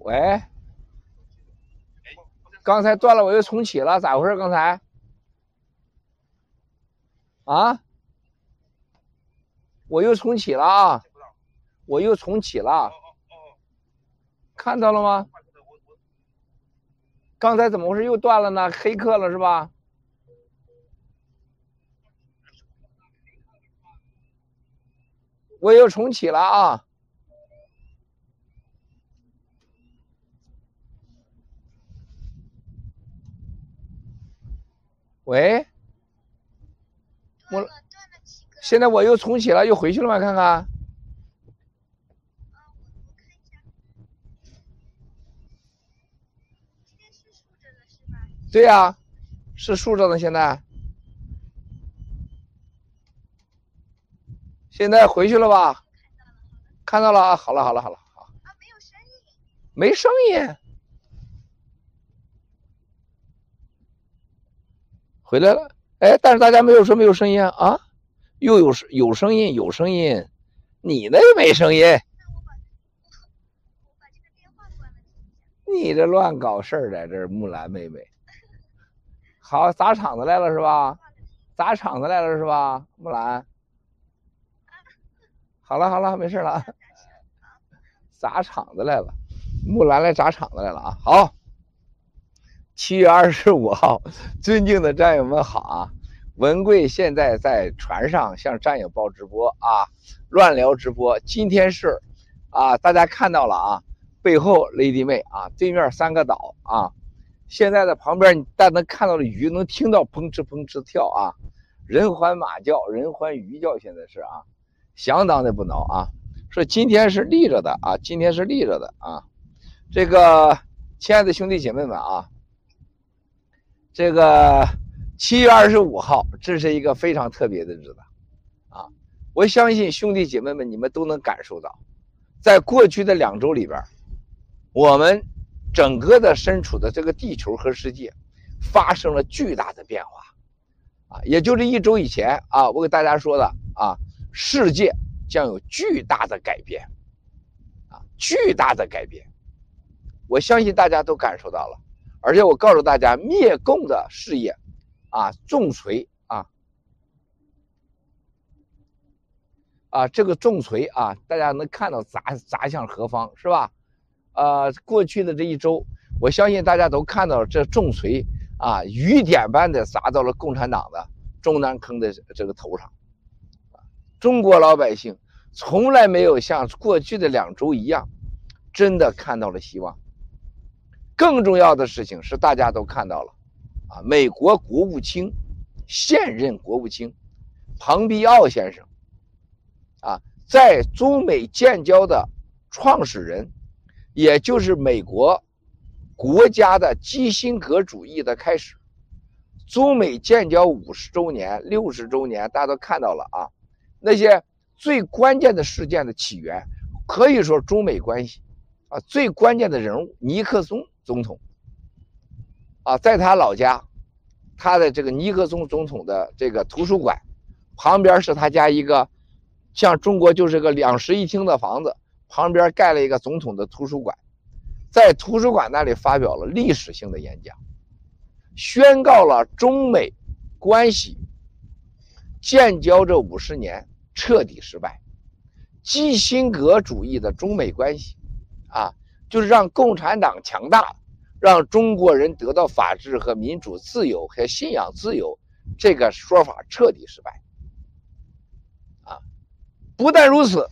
喂，刚才断了，我又重启了，咋回事？刚才啊，我又重启了啊，我又重启了，看到了吗？刚才怎么回事？又断了呢？黑客了是吧？我又重启了啊。喂，现在我又重启了，又回去了吗？看看。对呀，是竖着的。现在回去了吧？看到了啊，好了。没声音。回来了，哎，但是大家没有说没有声音啊，又有声音，你那没声音，你这乱搞事儿在这儿，木兰妹妹。好，砸场子来了是吧？木兰。好了，没事了。砸场子来了，木兰来砸场子来了啊！好，7月25号，尊敬的战友们好啊！文贵现在在船上向战友报直播啊，乱聊直播。今天是啊，大家看到了啊，背后 Lady 妹啊，对面3个岛啊，现在的旁边但能看到的鱼，能听到砰哧砰哧跳啊，人欢马叫，人欢鱼叫，现在是啊，相当的不挠啊。说今天是立着的啊，这个亲爱的兄弟姐妹们啊，这个7月25号，这是一个非常特别的日子啊！我相信兄弟姐妹们，你们都能感受到，在过去的2周里边，我们整个的身处的这个地球和世界发生了巨大的变化啊！也就是1周以前啊，我给大家说的啊，世界将有巨大的改变啊，巨大的改变，我相信大家都感受到了。而且我告诉大家，灭共的事业啊，重锤啊，这个重锤啊，大家能看到砸向何方是吧？过去的这1周，我相信大家都看到这重锤啊，雨点般的砸到了共产党的中南坑的这个头上。中国老百姓从来没有像过去的2周一样，真的看到了希望。更重要的事情是，大家都看到了啊，美国国务卿现任国务卿蓬佩奥先生啊，在中美建交的创始人，也就是美国国家的基辛格主义的开始，中美建交50周年、60周年，大家都看到了啊，那些最关键的事件的起源，可以说中美关系啊，最关键的人物尼克松总统啊，在他老家，他的这个尼克松总统的这个图书馆旁边是他家一个像中国就是个2室1厅的房子，旁边盖了一个总统的图书馆，在图书馆那里发表了历史性的演讲，宣告了中美关系建交这50年彻底失败。基辛格主义的中美关系啊，就是让共产党强大，让中国人得到法治和民主自由和信仰自由，这个说法彻底失败啊！不但如此，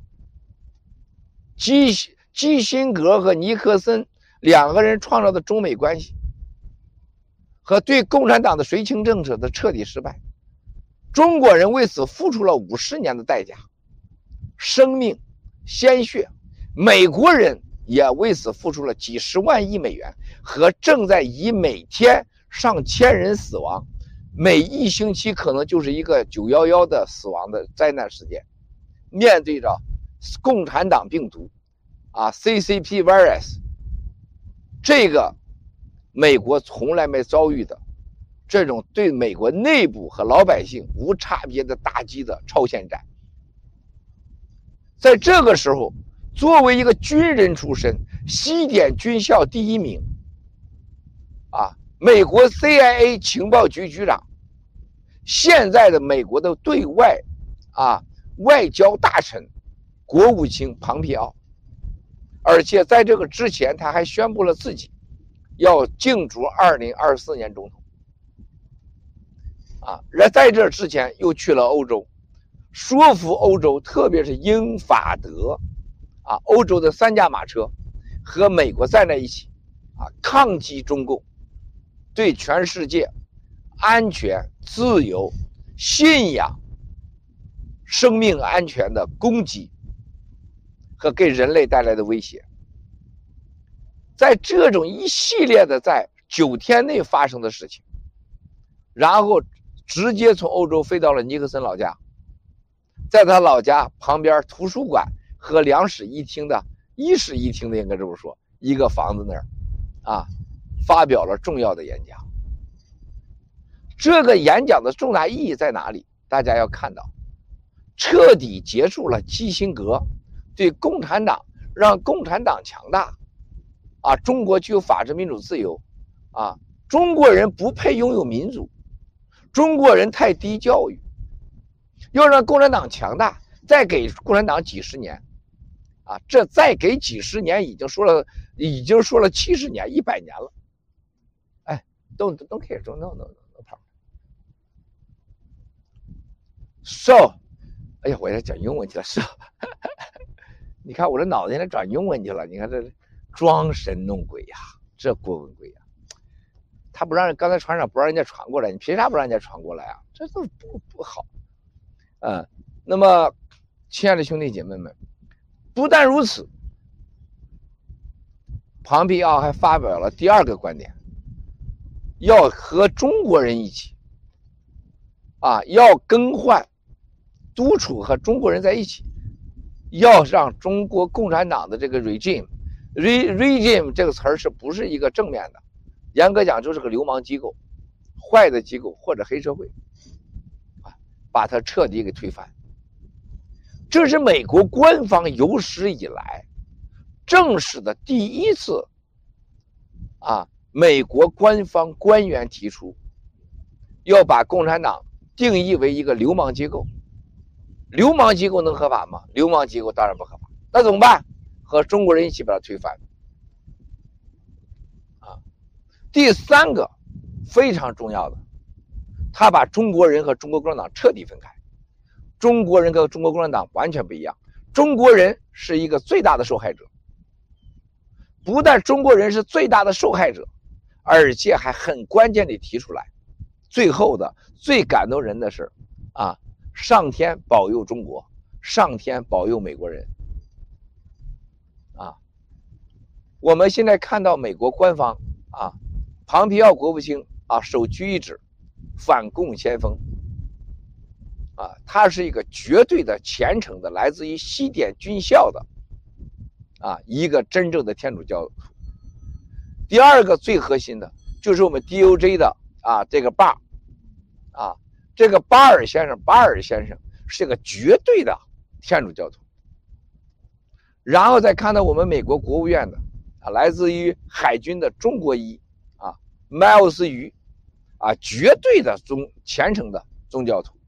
基辛格和尼克森2个人创造的中美关系和对共产党的绥靖政策的彻底失败，中国人为此付出了50年的代价，生命、鲜血，美国人也为此付出了几十万亿美元，和正在以每天上千人死亡，每1星期可能就是一个911的死亡的灾难事件，面对着共产党病毒啊 CCP virus， 这个美国从来没遭遇的这种对美国内部和老百姓无差别的打击的超限战。在这个时候，作为一个军人出身， 西点军校第1名，啊，美国 CIA 情报局局长，现在的美国的对外外交大臣，国务卿庞皮奥，而且在这个之前，他还宣布了自己要竞逐2024年总统，而在这之前又去了欧洲，说服欧洲，特别是英法德，欧洲的3驾马车和美国站在一起，抗击中共对全世界安全、自由、信仰、生命安全的攻击和给人类带来的威胁。在这种一系列的在9天内发生的事情，然后直接从欧洲飞到了尼克森老家，在他老家旁边图书馆和2室1厅的1室1厅的应该这么说一个房子那儿发表了重要的演讲。这个演讲的重大意义在哪里？大家要看到，彻底结束了基辛格对共产党让共产党强大，中国具有法治民主自由，中国人不配拥有民主，中国人太低教育，要让共产党强大，再给共产党几十年，这再给几十年已经说了70年、100年了。哎 ，don't care, no problem. So， 哎呀，我要讲英文去了。So， 你看我这脑袋现在转英文去了，你看这装神弄鬼呀，这郭文贵呀，他不让人刚才船长不让人家传过来，你凭啥不让人家传过来啊？这都不好。那么，亲爱的兄弟姐妹们，不但如此，庞皮奥还发表了第2个观点，要和中国人一起，要更换督促和中国人在一起，要让中国共产党的这个 regime 这个词儿是不是一个正面的？严格讲就是个流氓机构、坏的机构或者黑社会，把它彻底给推翻。这是美国官方有史以来正式的第1次，美国官方官员提出要把共产党定义为一个流氓机构。流氓机构能合法吗？流氓机构当然不合法。那怎么办？和中国人一起把它推翻。第3个非常重要的，他把中国人和中国共产党彻底分开。中国人和中国共产党完全不一样，中国人是一个最大的受害者。不但中国人是最大的受害者，而且还很关键地提出来，最后的最感动人的是上天保佑中国，上天保佑美国人。我们现在看到美国官方庞皮奥国务卿首屈一指，反共先锋，他是一个绝对的虔诚的来自于西点军校的一个真正的天主教徒。第2个最核心的就是我们 DOJ 的这个巴这个巴尔先生是个绝对的天主教徒。然后再看到我们美国国务院的来自于海军的中国裔麦尔斯鱼绝对的虔诚的宗教徒。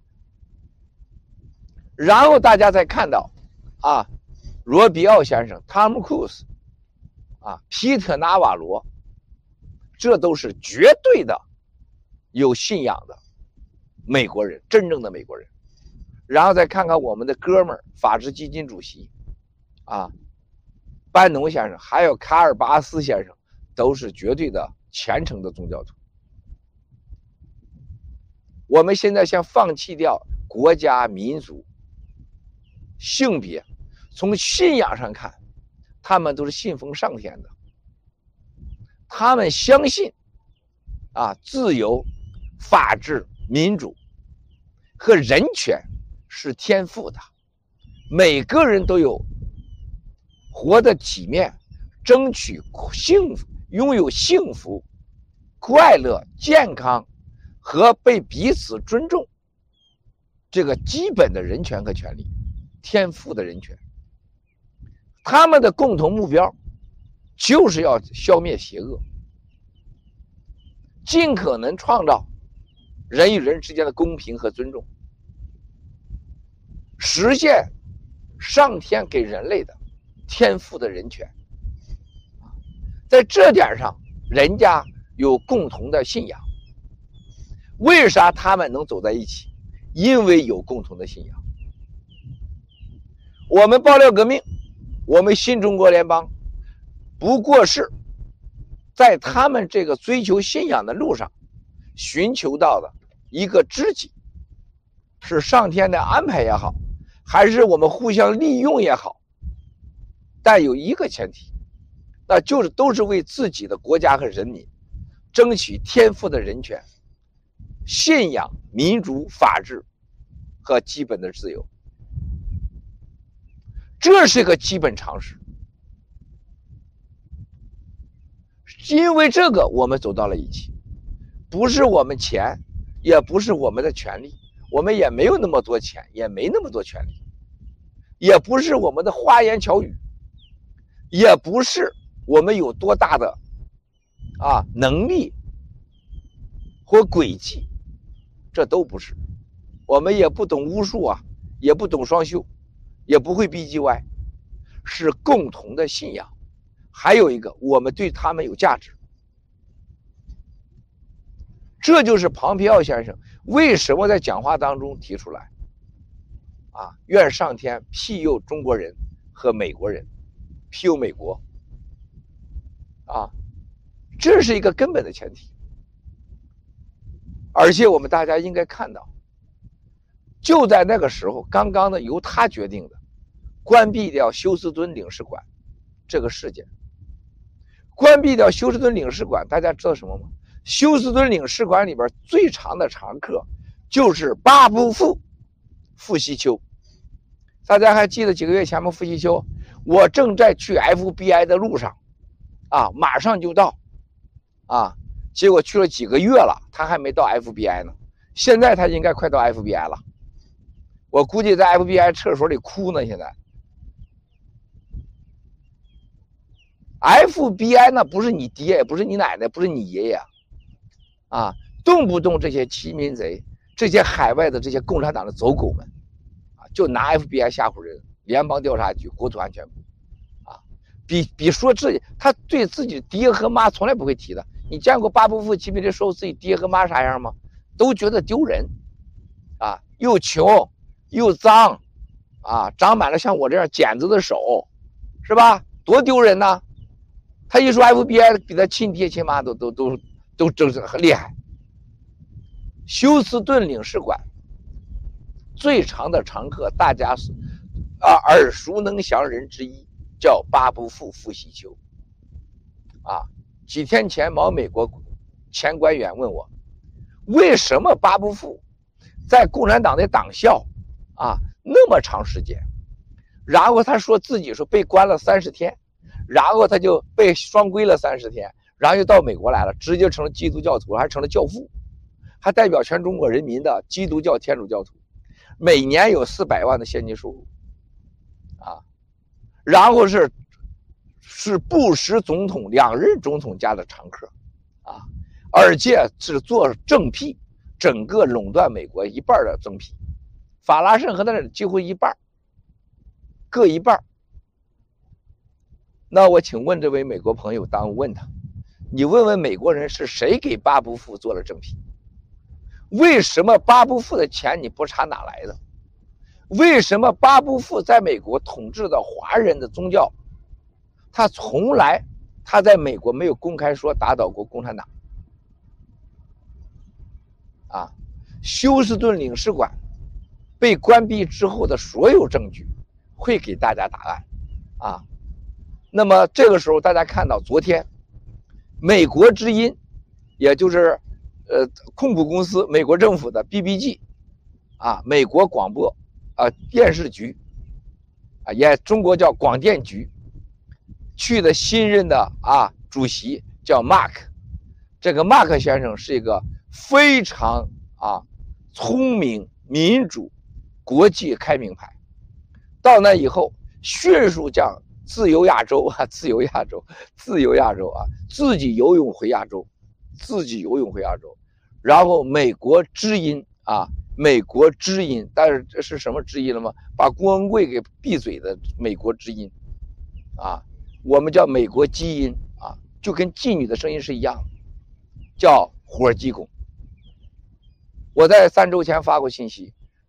然后大家再看到罗比奥先生、汤姆·库斯皮特·纳瓦罗，这都是绝对的有信仰的美国人，真正的美国人。然后再看看我们的哥们儿法治基金主席班农先生，还有卡尔巴斯先生，都是绝对的虔诚的宗教徒。我们现在先放弃掉国家、民族、性别，从信仰上看，他们都是信奉上天的，他们相信自由、法治、民主和人权是天赋的，每个人都有活得体面、争取幸福、拥有幸福、快乐、健康和被彼此尊重这个基本的人权和权利，天赋的人权。他们的共同目标就是要消灭邪恶，尽可能创造人与人之间的公平和尊重，实现上天给人类的天赋的人权。在这点上，人家有共同的信仰。为啥他们能走在一起？因为有共同的信仰。我们爆料革命，我们新中国联邦，不过是在他们这个追求信仰的路上寻求到的一个知己，是上天的安排也好，还是我们互相利用也好，但有一个前提，那就是都是为自己的国家和人民争取天赋的人权、信仰、民主、法治和基本的自由。这是个基本常识。因为这个我们走到了一起，不是我们钱，也不是我们的权利，我们也没有那么多钱，也没那么多权利，也不是我们的花言巧语，也不是我们有多大的能力或诡计，这都不是。我们也不懂巫术也不懂双修，也不会 BGY， 是共同的信仰。还有一个，我们对他们有价值。这就是庞皮奥先生为什么在讲话当中提出来愿上天庇佑中国人和美国人，庇佑美国这是一个根本的前提。而且我们大家应该看到，就在那个时候，刚刚的由他决定的关闭掉休斯敦领事馆这个事件。关闭掉休斯敦领事馆，大家知道什么吗？休斯敦领事馆里边最长的常客就是巴布富傅西秋。大家还记得几个月前吗？傅西秋，我正在去 FBI 的路上马上就到结果去了几个月了，他还没到 FBI 呢。现在他应该快到 FBI 了，我估计在 FBI 厕所里哭呢。现在 FBI 那不是你爹，也不是你奶奶，不是你爷爷动不动这些欺民贼，这些海外的这些共产党的走狗们就拿 FBI 吓唬人，联邦调查局、国土安全部比说自己，他对自己爹和妈从来不会提的。你见过巴布富骑兵的时候自己爹和妈啥样吗？都觉得丢人又穷又脏长满了像我这样茧子的手，是吧？多丢人呐！他一说 FBI 比他亲爹亲妈都真是很厉害。休斯顿领事馆最长的常客，大家是耳熟能详人之一，叫巴布富傅西秋几天前某美国前官员问我，为什么巴布富在共产党的党校那么长时间，然后他说自己说被关了30天，然后他就被双规了30天，然后又到美国来了，直接成了基督教徒，还成了教父，还代表全中国人民的基督教天主教徒，每年有400万的现金收入然后是布什总统2任总统家的常客而且是做正批，整个垄断美国1半的正批，法拉盛和那几乎1半，各1半。那我请问这位美国朋友，当我问他，你问问美国人是谁给巴布富做了正批？为什么巴布富的钱你不查哪来的？为什么巴布富在美国统治的华人的宗教，他从来在美国没有公开说打倒过共产党休斯顿领事馆被关闭之后的所有证据会给大家答案那么这个时候大家看到，昨天美国之音，也就是控股公司美国政府的 BBG 美国广播电视局也中国叫广电局，去的新任的主席叫 Mark。 这个 Mark 先生是一个非常聪明、民主、国际开明派。到那以后迅速将自由亚洲啊，自由亚洲，自由亚洲啊，自己游泳回亚洲，自己游泳回亚洲。然后美国知音啊，美国知音，但是这是什么知音了吗？把郭文贵给闭嘴的美国知音啊，我们叫美国基因啊，就跟妓女的声音是一样的，叫火鸡公。我在3周前发过信息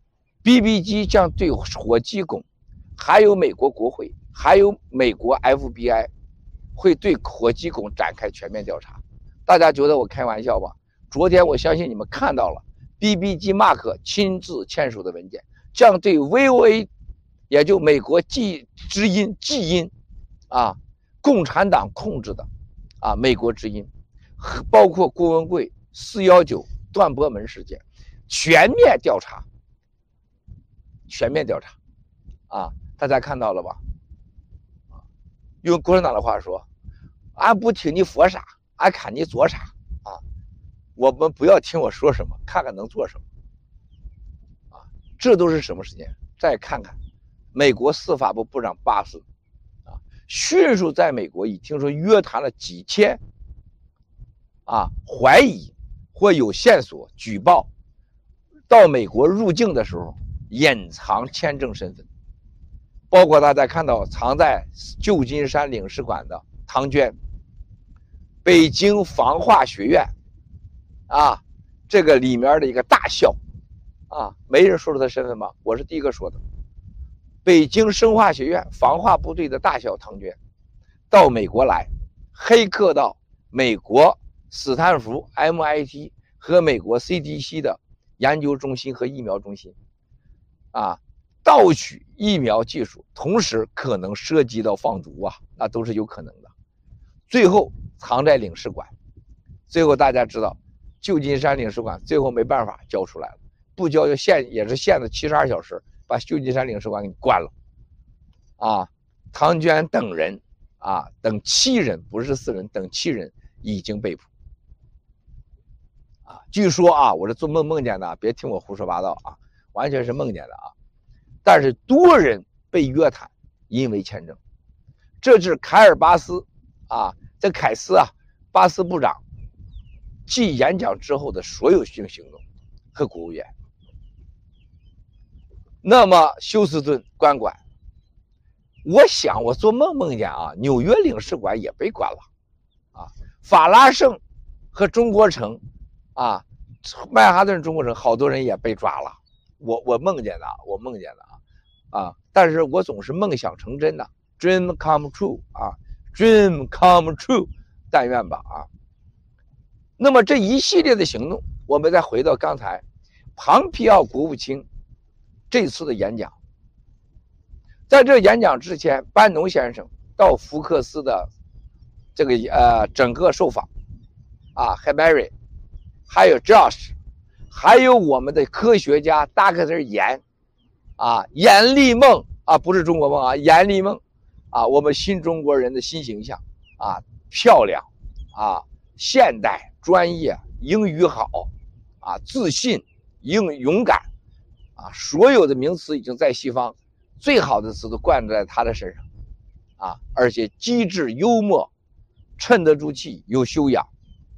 ，BB 机将对火鸡公，还有美国国会，还有美国 FBI 会对火鸡公展开全面调查。大家觉得我开玩笑吧？昨天我相信你们看到了 BB 机 Mark 亲自签署的文件，将对 VOA， 也就美国基因啊，共产党控制的啊美国之音，包括郭文贵419段博门事件，全面调查，全面调查啊！大家看到了吧？用共产党的话说，俺不听你佛啥，俺看你做啥啊！我们不要听我说什么，看看能做什么啊！这都是什么事情？再看看美国司法部部长巴斯啊，迅速在美国已听说约谈了几千啊怀疑或有线索举报到美国入境的时候隐藏签证身份，包括大家看到藏在旧金山领事馆的唐娟，北京防化学院啊，这个里面的一个大校啊，没人说出他身份吗？我是第一个说的。北京生化学院防化部队的大校唐娟到美国来，黑客到美国斯坦福 MIT 和美国 CDC 的研究中心和疫苗中心啊，盗取疫苗技术，同时可能涉及到放毒啊，那都是有可能的。最后藏在领事馆，最后大家知道旧金山领事馆最后没办法交出来了，不交就限，也是限了72小时，把旧金山领事馆给关了啊。唐娟等人啊，等7人，不是4人，等7人已经被捕啊。据说啊，我是做梦见的，别听我胡说八道啊，完全是梦见的啊。但是多人被约谈，因为签证。这是凯尔巴斯啊，这凯斯啊，巴斯部长继演讲之后的所有行动和国务院。那么休斯顿关馆，我想我做梦见啊，纽约领事馆也被关了啊，法拉盛和中国城啊，曼哈顿中国城好多人也被抓了。我梦见的，我梦见的啊，但是我总是梦想成真的 ，dream come true 啊 ，dream come true， 但愿吧啊。那么这一系列的行动，我们再回到刚才，庞皮奥国务卿这次的演讲，在这演讲之前，班农先生到福克斯的这个整个受访啊 ，Harry， 还有 Josh， 还有我们的科学家 Dr. 严啊，严立梦啊，不是中国梦啊，严立梦啊，我们新中国人的新形象啊，漂亮啊，现代专业，英语好啊，自信，勇敢啊，所有的名词已经在西方最好的词都灌在他的身上啊，而且机智幽默，沉得住气，有修养。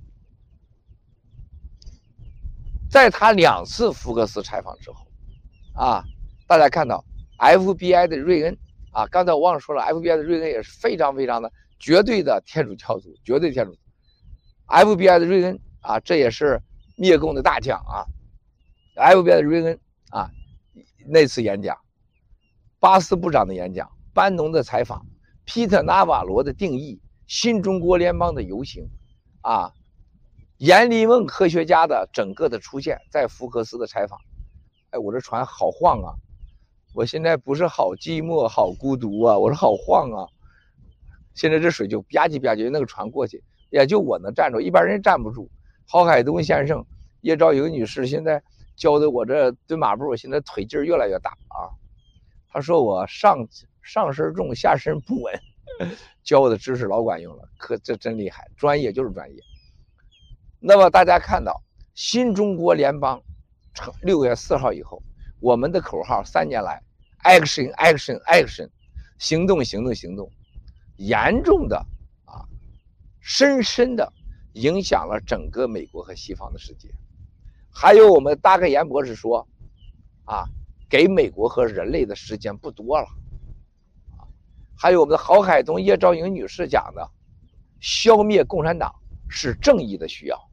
在他2次福克斯采访之后啊，大家看到 FBI 的瑞恩啊，刚才我忘了说了 ，FBI 的瑞恩也是非常的绝对的天主教徒，绝对天主。FBI 的瑞恩啊，这也是灭共的大将啊。FBI 的瑞恩啊，那次演讲，巴斯部长的演讲，班农的采访，皮特纳瓦罗的定义，新中国联邦的游行啊，严立梦科学家的整个的出现，在福克斯的采访。哎，我这船好晃啊！我现在不是好寂寞好孤独啊，我是好晃啊！现在这水就吧唧吧唧，那个船过去也就我能站住，一般人站不住。郝海东先生、叶兆莹女士现在教的我这蹲马步，现在腿劲儿越来越大啊。他说我上身重下身不稳，教我的知识老管用了，这真厉害，专业就是专业。那么大家看到新中国联邦6月4号以后，我们的口号3年来 action action action， 行动行动行动严重的深深的影响了整个美国和西方的世界。还有我们大克岩博士说给美国和人类的时间不多了。还有我们的郝海东、叶兆英女士讲的，消灭共产党是正义的需要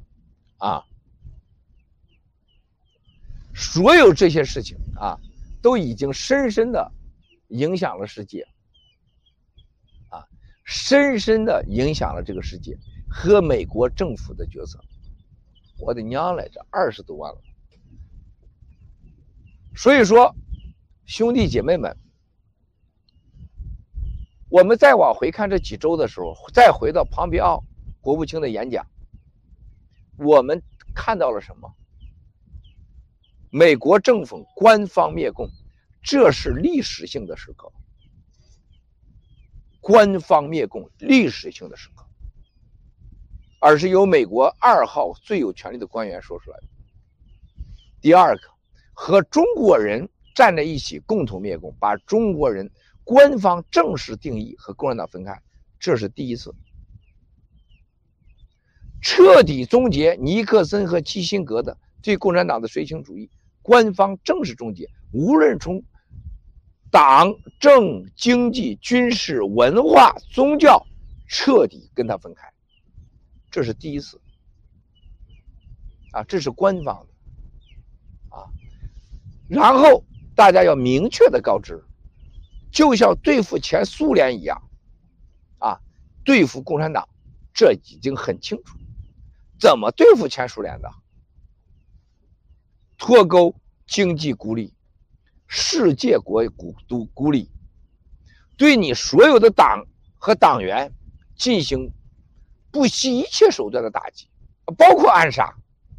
所有这些事情都已经深深的影响了世界深深的影响了这个世界和美国政府的决策。我的娘来着，20多万了。所以说，兄弟姐妹们，我们再往回看这几周的时候，再回到庞培奥国务卿的演讲，我们看到了什么？美国政府官方灭共，这是历史性的时刻。官方灭共，历史性的时刻，而是由美国2号最有权力的官员说出来的。第二个，和中国人站在一起共同灭共，把中国人官方正式定义和共产党分开，这是第一次。彻底终结尼克森和基辛格的对共产党的绥靖主义，官方正式终结，无论从党政经济军事文化宗教彻底跟他分开，这是第一次这是官方的然后大家要明确的告知，就像对付前苏联一样对付共产党，这已经很清楚。怎么对付前苏联的？脱钩经济孤立，世界国孤立，对你所有的党和党员进行不惜一切手段的打击，包括暗杀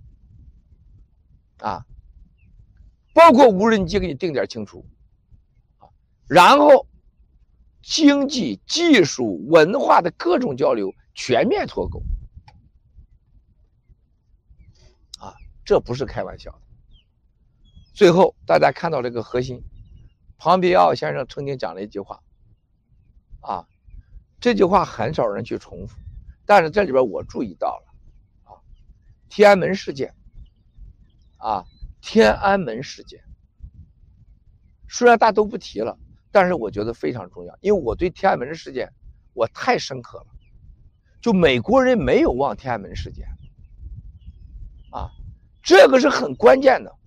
包括无人机给你定点清除然后经济、技术、文化的各种交流全面脱钩这不是开玩笑的。最后大家看到这个核心，庞培奥先生曾经讲了一句话这句话很少人去重复，但是这里边我注意到了天安门事件天安门事件虽然大家都不提了，但是我觉得非常重要，因为我对天安门事件我太深刻了。就美国人没有忘天安门事件这个是很关键的。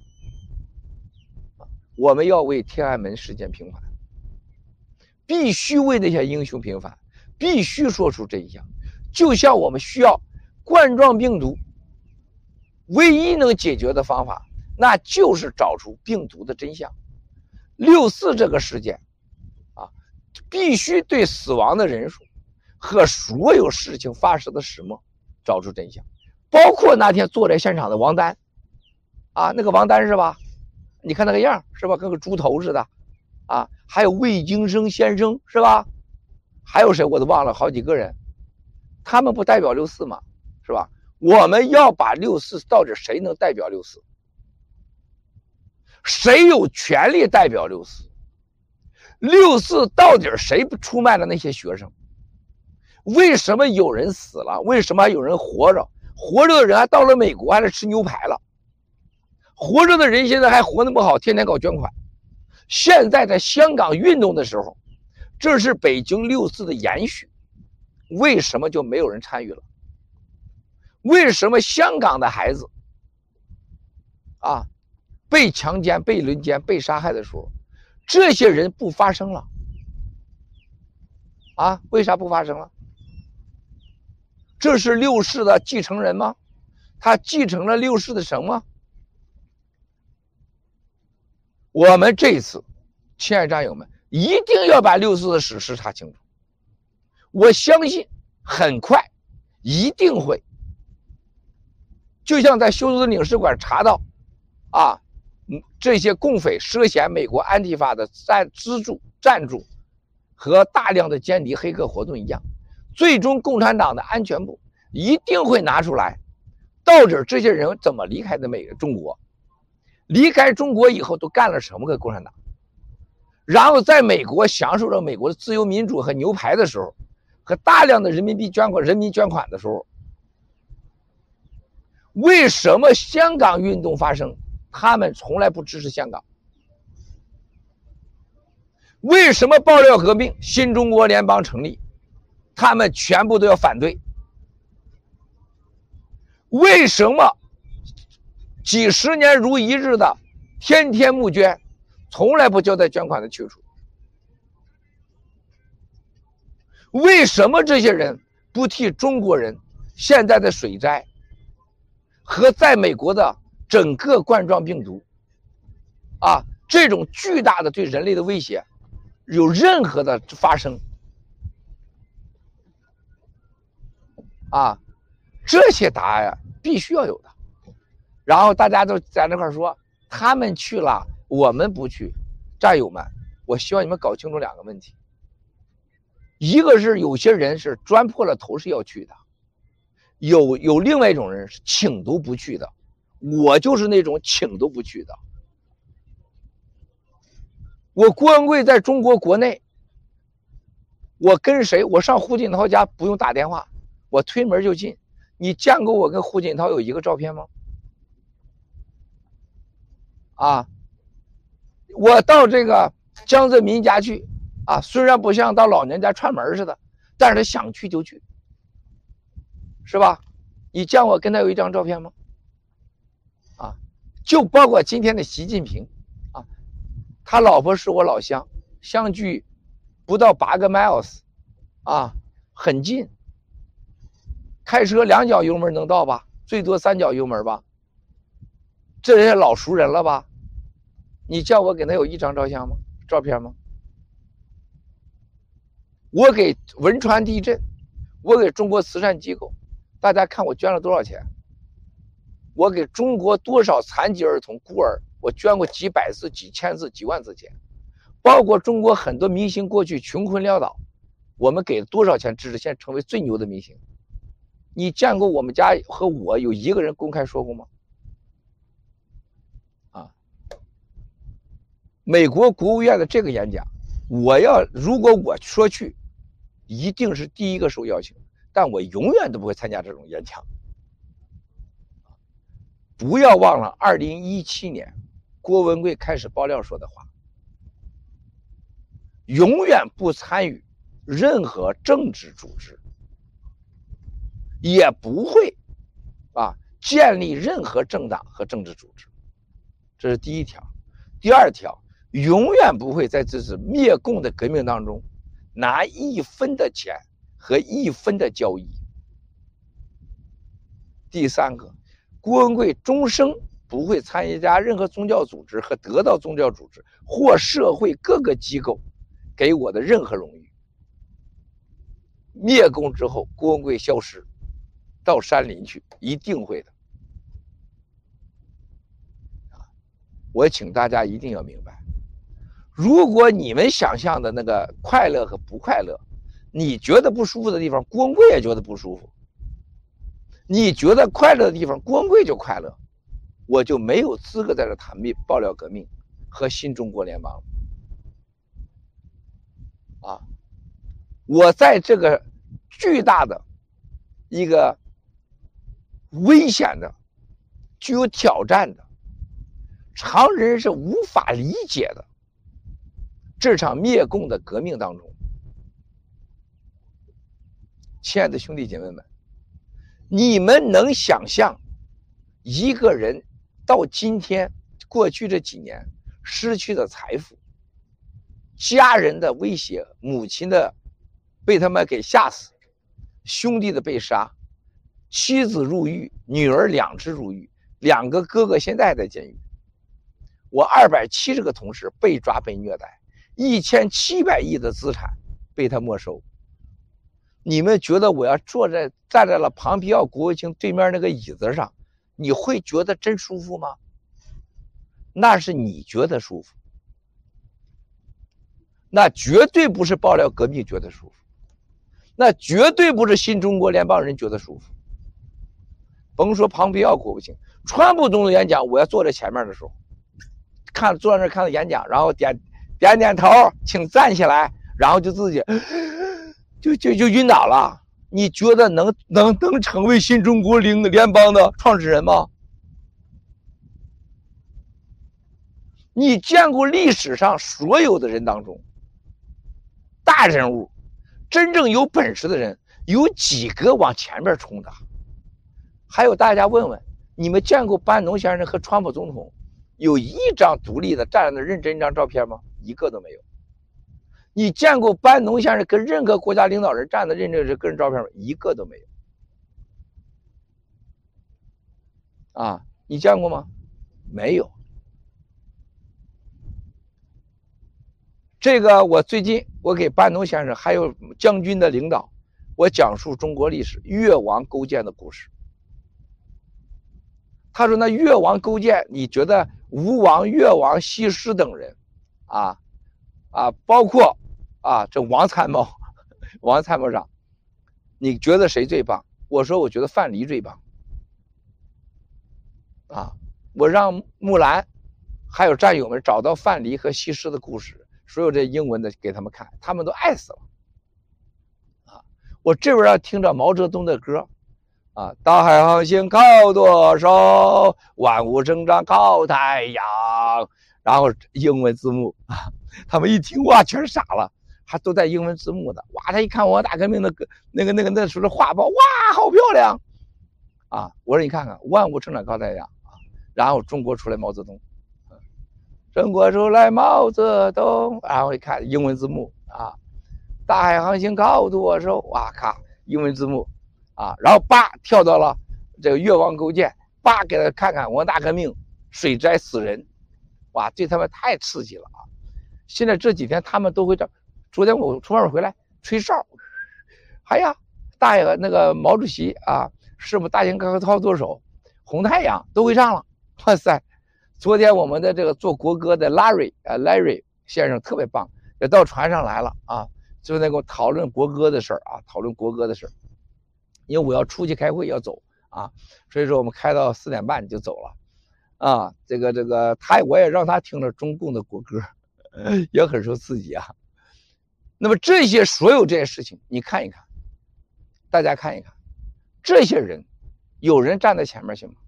我们要为天安门事件平反，必须为那些英雄平反，必须说出真相。就像我们需要冠状病毒，唯一能解决的方法，那就是找出病毒的真相。6·4这个事件必须对死亡的人数和所有事情发生的始末找出真相，包括那天坐在现场的王丹那个王丹是吧？你看那个样是吧？跟个猪头似的还有魏京生先生是吧？还有谁我都忘了，好几个人，他们不代表6·4吗？是吧？我们要把6·4到底谁能代表6·4？谁有权利代表6·4？6·4到底谁出卖了那些学生？为什么有人死了？为什么还有人活着？活着的人还到了美国还是吃牛排了？活着的人现在还活那么好，天天搞捐款。现在在香港运动的时候，这是北京6·4的延续，为什么就没有人参与了？为什么香港的孩子被强奸、被轮奸、被杀害的时候，这些人不发声了为啥不发声了？这是6·4的继承人吗？他继承了6·4的什么？我们这次亲爱战友们一定要把6·4的史实查清楚，我相信很快一定会，就像在休斯顿领事馆查到这些共匪涉嫌美国安提法的赞助和大量的间谍黑客活动一样，最终共产党的安全部一定会拿出来，到底这些人怎么离开的中国，离开中国以后都干了什么给共产党，然后在美国享受着美国的自由民主和牛排的时候， 和大量的人民币捐款、人民捐款的时候，为什么香港运动发生，他们从来不支持香港？为什么爆料革命、新中国联邦成立，他们全部都要反对？为什么几十年如一日的天天募捐，从来不交代捐款的去处？为什么这些人不替中国人现在的水灾和在美国的整个冠状病毒这种巨大的对人类的威胁有任何的发生这些答案必须要有的。然后大家都在那块说他们去了我们不去。战友们，我希望你们搞清楚两个问题，一个是有些人是钻破了头是要去的，有另外一种人是请都不去的，我就是那种请都不去的。我郭文贵在中国国内，我跟谁？我上胡锦涛家不用打电话，我推门就进。你见过我跟胡锦涛有一个照片吗？我到这个江泽民家去虽然不像到老年家串门似的，但是他想去就去，是吧？你见我跟他有一张照片吗？就包括今天的习近平他老婆是我老乡，相距不到8个 miles 很近，开车2脚油门能到吧，最多3脚油门吧，这些老熟人了吧？你叫我给他有一张照片吗？我给汶川地震，我给中国慈善机构，大家看我捐了多少钱？我给中国多少残疾儿童、孤儿，我捐过几百次、几千次、几万次钱，包括中国很多明星过去穷困潦倒，我们给了多少钱支持，现在成为最牛的明星。你见过我们家和我有一个人公开说过吗？美国国务院的这个演讲，如果我说去，一定是第一个受邀请，但我永远都不会参加这种演讲。不要忘了2017年郭文贵开始爆料说的话，永远不参与任何政治组织，也不会建立任何政党和政治组织，这是第一条。第二条，永远不会在这次灭共的革命当中拿1分的钱和1分的交易。第三个，郭文贵终生不会参加任何宗教组织和得到宗教组织或社会各个机构给我的任何荣誉。灭共之后，郭文贵消失到山林去，一定会的。我请大家一定要明白，如果你们想象的那个快乐和不快乐，你觉得不舒服的地方，郭文贵也觉得不舒服；你觉得快乐的地方，郭文贵就快乐，我就没有资格在这谈爆料革命和新中国联邦我在这个巨大的一个危险的、具有挑战的、常人是无法理解的这场灭共的革命当中，亲爱的兄弟姐妹们，你们能想象一个人到今天过去这几年失去的财富，家人的威胁，母亲的被他们给吓死，兄弟的被杀，妻子入狱，女儿2只入狱，2个哥哥现在还在监狱，我270个同事被抓被虐待，1700亿的资产被他没收。你们觉得我要站在了庞皮奥国务卿对面那个椅子上，你会觉得真舒服吗？那是你觉得舒服，那绝对不是爆料革命觉得舒服，那绝对不是新中国联邦人觉得舒服。甭说庞皮奥国务卿，川普总统演讲，我要坐在前面的时候，坐在那看到演讲，然后点头，请站起来，然后就自己就晕倒了。你觉得能成为新中国联邦的创始人吗？你见过历史上所有的人当中，大人物，真正有本事的人，有几个往前面冲的？还有大家问问，你们见过班农先生和川普总统有一张独立的站着认真一张照片吗？一个都没有。你见过班农先生跟任何国家领导人站的认真的个人照片吗？一个都没有。啊，你见过吗？没有。这个我最近我给班农先生还有将军的领导，我讲述中国历史越王勾践的故事。他说那越王勾践，你觉得吴王、越王、西施等人，包括这王参谋长，你觉得谁最棒？我说我觉得范蠡最棒。我让木兰还有战友们找到范蠡和西施的故事，所有这英文的给他们看，他们都爱死了。我这边要听着毛泽东的歌。大海航行靠舵手，万物生长靠太阳。然后英文字幕他们一听哇，全傻了，还都带英文字幕的。哇，他一看我大革命那时候的画报，哇，好漂亮我说你看看，万物生长靠太阳然后中国出来毛泽东，中国出来毛泽东，然后一看英文字幕大海航行靠舵手，哇靠，英文字幕。然后跳到了这个越王勾践，给他看看我大革命水灾死人，哇，对他们太刺激了现在这几天他们都会这，昨天我从外面回来吹哨，哎呀，大爷那个毛主席是不大型靠舵手，红太阳都会唱了，哇塞！昨天我们的这个做国歌的 Larry 先生特别棒，也到船上来了就在跟我讨论国歌的事儿讨论国歌的事儿。因为我要出去开会要走所以说我们开到4点半就走了这个我也让他听了中共的国歌，也很受刺激那么所有这些事情你看一看，大家看一看，这些人有人站在前面行吗？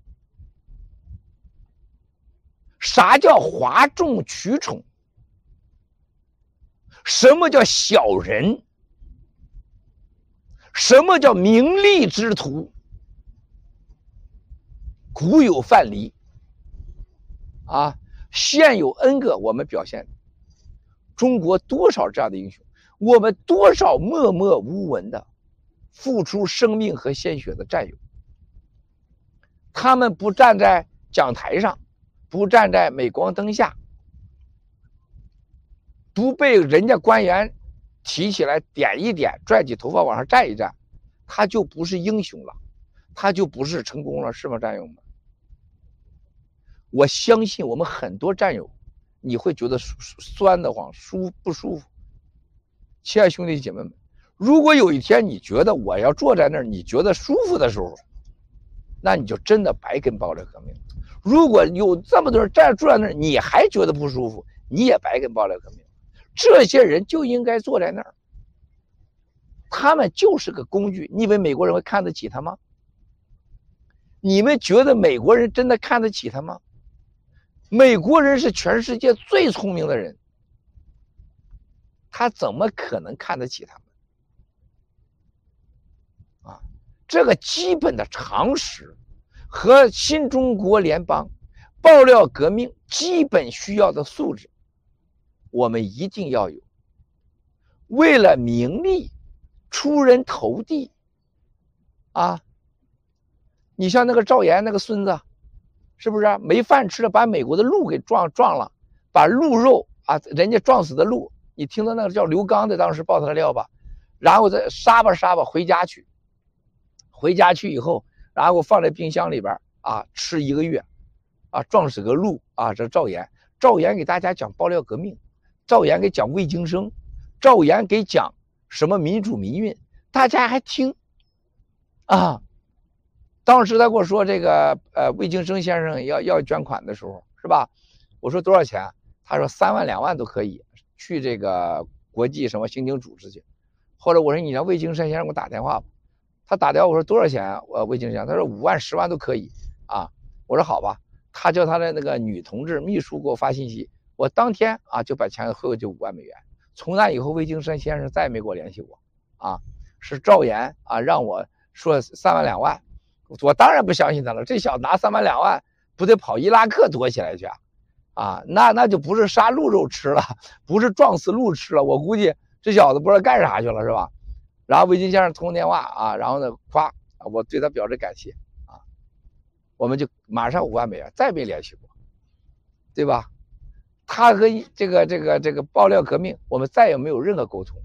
啥叫哗众取宠？什么叫小人？什么叫名利之徒？古有范蠡现有 N 个我们表现。中国多少这样的英雄，我们多少默默无闻的付出生命和鲜血的战友，他们不站在讲台上，不站在镁光灯下，不被人家官员提起来点一点，拽起头发往上站一站，他就不是英雄了，他就不是成功了，是吗，战友们？我相信我们很多战友，你会觉得酸得慌，不舒服。亲爱兄弟姐妹们，如果有一天你觉得我要坐在那儿，你觉得舒服的时候，那你就真的白跟爆料革命。如果有这么多人坐在那儿，你还觉得不舒服，你也白跟爆料革命。这些人就应该坐在那儿，他们就是个工具。你以为美国人会看得起他吗？你们觉得美国人真的看得起他吗？美国人是全世界最聪明的人，他怎么可能看得起他们？这个基本的常识和新中国联邦爆料革命基本需要的素质，我们一定要有。为了名利出人头地你像那个赵岩那个孙子，是不是没饭吃了，把美国的鹿给撞了，把鹿肉人家撞死的鹿，你听到那个叫刘刚的当时爆他的料吧，然后再杀吧回家去以后，然后放在冰箱里边吃1个月撞死个鹿这赵岩给大家讲爆料革命，赵岩给讲魏京生，赵岩给讲什么民主民运，大家还听当时他跟我说这个魏京生先生要捐款的时候，是吧？我说多少钱？他说3万2万都可以，去这个国际什么刑警组织去。 后来我说你让魏京山先生给我打电话吧，他打电话我说多少钱啊？魏京山他说5万10万都可以啊。我说好吧，他叫他的那个女同志秘书给我发信息，我当天啊就把钱汇过去5万美元。从那以后，魏京山先生再也没给我联系过啊，是赵岩啊让我说3万2万，我当然不相信他了，这小子拿3万2万不得跑伊拉克躲起来去啊？那就不是杀鹿肉吃了，不是撞死鹿吃了，我估计这小子不知道干啥去了是吧？然后魏京先生通电话啊，然后呢，夸我对他表示感谢啊，我们就马上5万美元，再没联系过，对吧？他和这个爆料革命，我们再也没有任何沟通。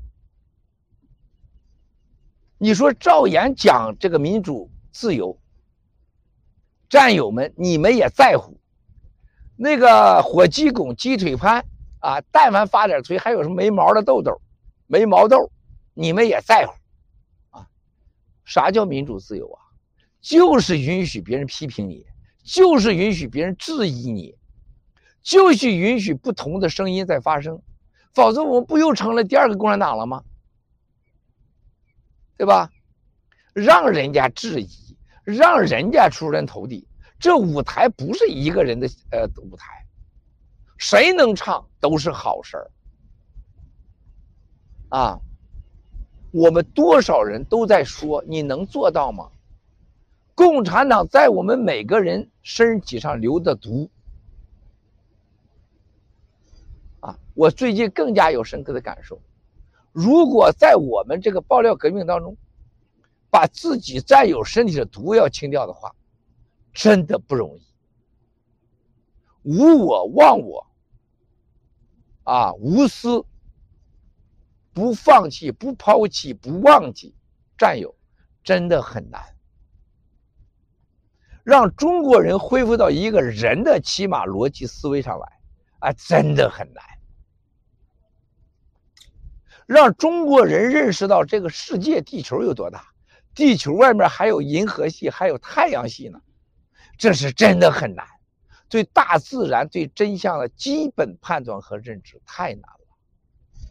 你说赵岩讲这个民主自由，战友们你们也在乎，那个火鸡拱鸡腿潘啊，但凡发点吹，还有什么没毛的痘痘、没毛痘，你们也在乎啊？啥叫民主自由啊？就是允许别人批评你，就是允许别人质疑你，就是允许不同的声音在发生，否则我们不又成了第2个共产党了吗？对吧？让人家质疑，让人家出人头地，这舞台不是一个人的舞台，谁能唱都是好事儿啊！我们多少人都在说，你能做到吗？共产党在我们每个人身体上流的毒啊！我最近更加有深刻的感受，如果在我们这个爆料革命当中，把自己战友身体的毒要清掉的话，真的不容易。无我忘我啊，无私，不放弃，不抛弃，不忘记战友，真的很难。让中国人恢复到一个人的起码逻辑思维上来啊，真的很难。让中国人认识到这个世界地球有多大，地球外面还有银河系，还有太阳系呢，这是真的很难。对大自然、对真相的基本判断和认知太难了。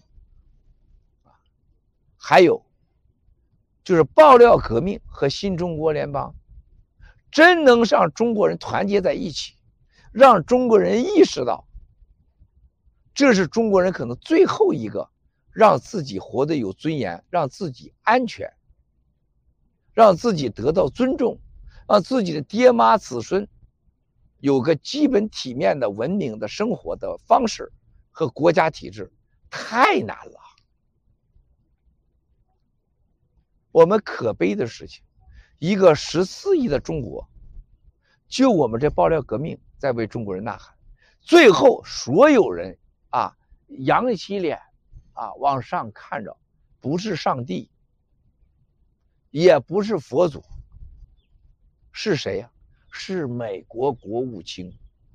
还有就是爆料革命和新中国联邦真能让中国人团结在一起，让中国人意识到这是中国人可能最后一个让自己活得有尊严，让自己安全，让自己得到尊重，让自己的爹妈子孙有个基本体面的文明的生活的方式和国家体制，太难了。我们可悲的事情，一个14亿的中国，就我们这爆料革命在为中国人呐喊，最后所有人啊扬起脸啊往上看着，不是上帝，也不是佛祖，是谁呀？是美国国务卿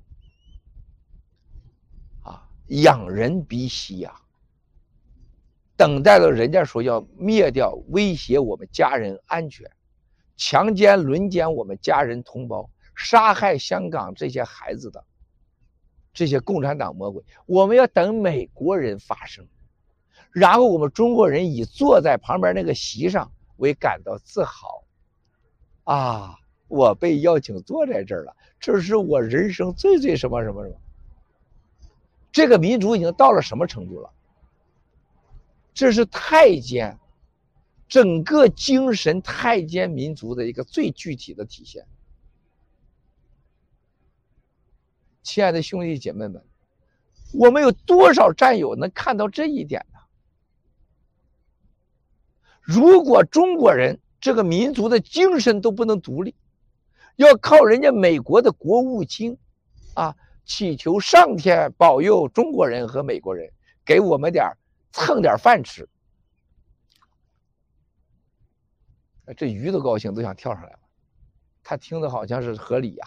啊，仰人鼻息呀，等待了人家说要灭掉威胁我们家人安全，强奸轮奸我们家人同胞，杀害香港这些孩子的这些共产党魔鬼，我们要等美国人发声，然后我们中国人以坐在旁边那个席上为感到自豪啊！我被邀请坐在这儿了，这是我人生最什么什么什么。这个民主已经到了什么程度了？这是太监整个精神太监民族的一个最具体的体现。亲爱的兄弟姐妹们，我们有多少战友能看到这一点呢？如果中国人这个民族的精神都不能独立，要靠人家美国的国务卿啊，祈求上天保佑中国人和美国人给我们蹭点饭吃，这鱼都高兴，都想跳上来了。他听的好像是合理呀。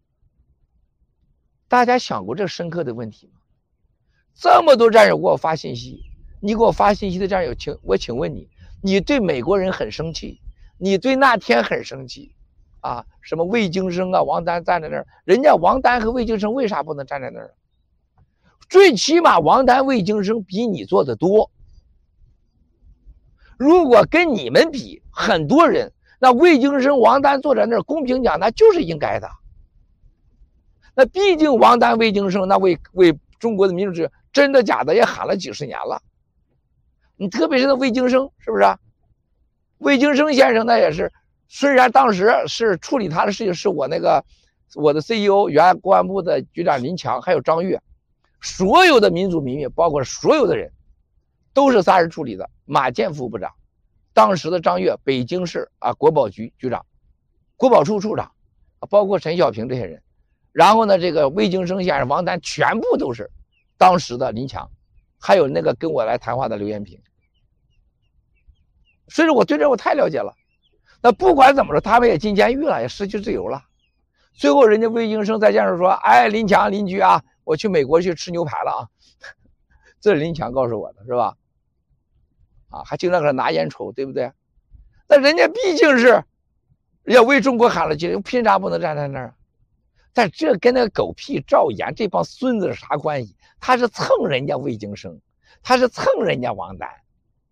大家想过这深刻的问题吗？这么多战友给我发信息，你给我发信息的战友，我请问你，你对美国人很生气，你对那天很生气啊？什么魏京生啊、王丹站在那儿，人家王丹和魏京生为啥不能站在那儿？最起码王丹、魏京生比你做的多。 如果跟你们比，很多人，那魏京生、王丹坐在那儿，公平讲，那就是应该的。那毕竟王丹、魏京生，那为中国的民主制真的假的也喊了几十年了。你特别是那魏京生，是不是啊？魏京生先生那也是，虽然当时是处理他的事情是我的 CEO 原公安部的局长林强，还有张悦，所有的民主民运，包括所有的人，都是仨人处理的。马建副部长，当时的张悦北京市国保局局长，国保处处长，包括陈小平这些人。然后呢，这个魏京生先生、王丹全部都是当时的林强，还有那个跟我来谈话的刘延平。所以说我对这我太了解了。那不管怎么说，他们也进监狱了，也失去自由了。最后人家魏京生在监上说：“哎，林强邻居啊，我去美国去吃牛排了啊。”这是林强告诉我的，是吧？还经常搁那拿烟抽，对不对？那人家毕竟是要为中国喊了劲，凭啥不能站在那儿？但这跟那个狗屁赵岩这帮孙子是啥关系？他是蹭人家魏京生，他是蹭人家王丹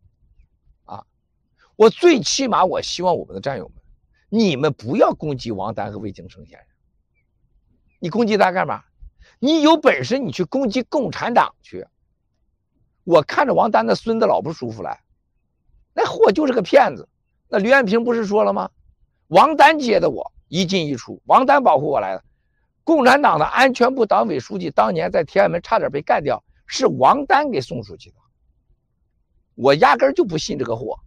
我最起码我希望我们的战友们，你们不要攻击王丹和魏京生先生。你攻击他干嘛？你有本事你去攻击共产党去。我看着王丹的孙子老不舒服了，那货就是个骗子。那刘延平不是说了吗？王丹接的我一进一出，王丹保护我来的。共产党的安全部党委书记当年在天安门差点被干掉，是王丹给送出去的。我压根就不信这个货。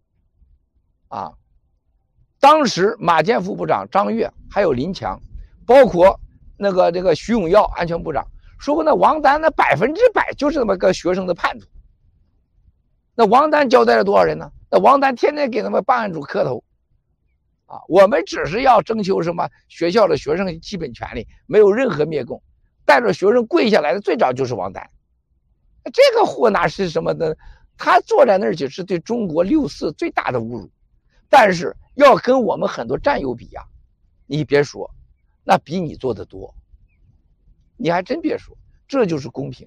当时马建副部长张悦还有林强，包括这个徐永耀安全部长说过，那王丹那100%就是那么个学生的叛徒。那王丹交代了多少人呢？那王丹天天给他们办案组磕头我们只是要征求什么学校的学生基本权利，没有任何灭共。带着学生跪下来的最早就是王丹。这个货哪是什么的？他坐在那儿就是对中国6·4最大的侮辱。但是要跟我们很多战友比你别说，那比你做的多。你还真别说，这就是公平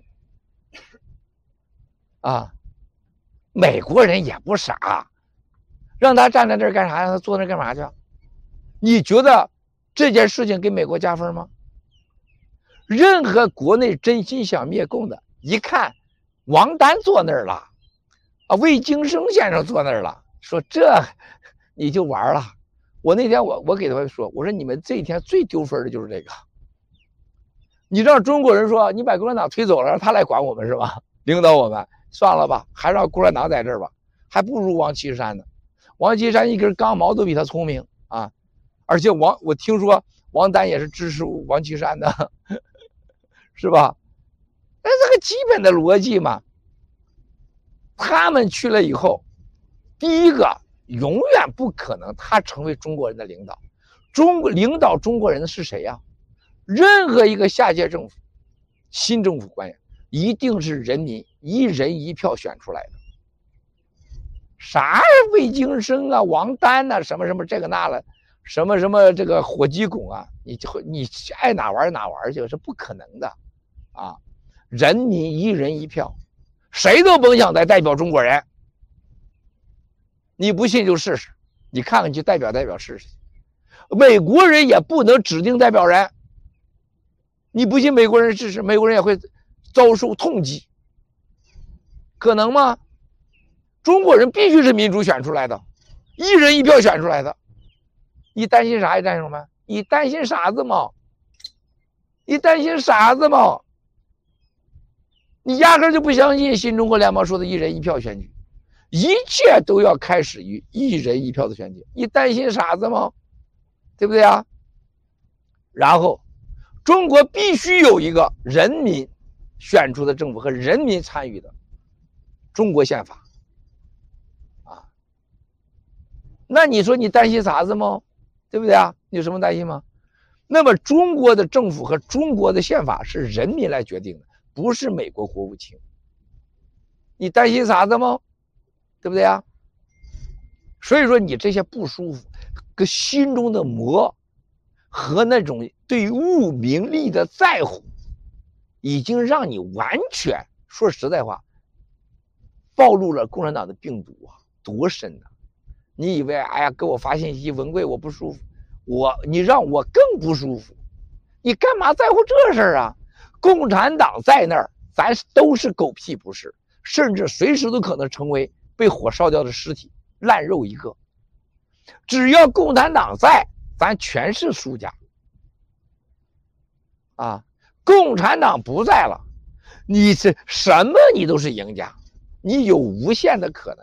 美国人也不傻，让他站在这儿干啥？让他坐那儿干嘛去？你觉得这件事情给美国加分吗？任何国内真心想灭共的，一看王丹坐那儿了魏京生先生坐那儿了，说这你就玩了。我那天我给他们说，我说你们这一天最丢分的就是这个。你让中国人说你把共产党推走了，让他来管我们是吧？领导我们，算了吧，还让共产党在这儿吧，还不如王岐山呢。王岐山一根钢毛都比他聪明而且我听说王丹也是支持王岐山的，是吧？这个基本的逻辑嘛。他们去了以后，第一个永远不可能他成为中国人的领导。领导中国人的是谁呀？任何一个下届政府、新政府官员，一定是人民一人一票选出来的。啥魏京生王丹什么什么这个那了，什么什么这个火鸡拱你爱哪玩哪玩去，是不可能的人民一人一票，谁都甭想再代表中国人。你不信就试试，你看看去代表试试。美国人也不能指定代表人，你不信美国人试试，美国人也会遭受痛击。可能吗？中国人必须是民主选出来的，一人一票选出来的。你担心啥呀，战友们？你担心傻子吗？你担心傻子吗？你压根就不相信新中国联邦说的一人一票选举，一切都要开始于一人一票的选举。你担心傻子吗？对不对然后中国必须有一个人民选出的政府和人民参与的中国宪法那你说你担心啥子吗？对不对你有什么担心吗？那么中国的政府和中国的宪法是人民来决定的，不是美国国务卿。你担心啥子吗？对不对所以说你这些不舒服跟心中的魔和那种对物名利的在乎，已经让你完全说实在话暴露了共产党的病毒多深呢？你以为哎呀，给我发信息，文贵我不舒服，你让我更不舒服，你干嘛在乎这事儿啊？共产党在那儿，咱都是狗屁不是，甚至随时都可能成为被火烧掉的尸体，烂肉一个。只要共产党在，咱全是输家。啊，共产党不在了，你是什么你都是赢家，你有无限的可能。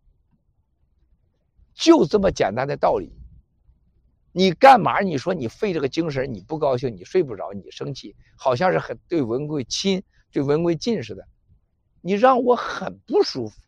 就这么简单的道理。你干嘛？你说你费这个精神，你不高兴，你睡不着，你生气，好像是很对文贵亲，对文贵近似的，你让我很不舒服。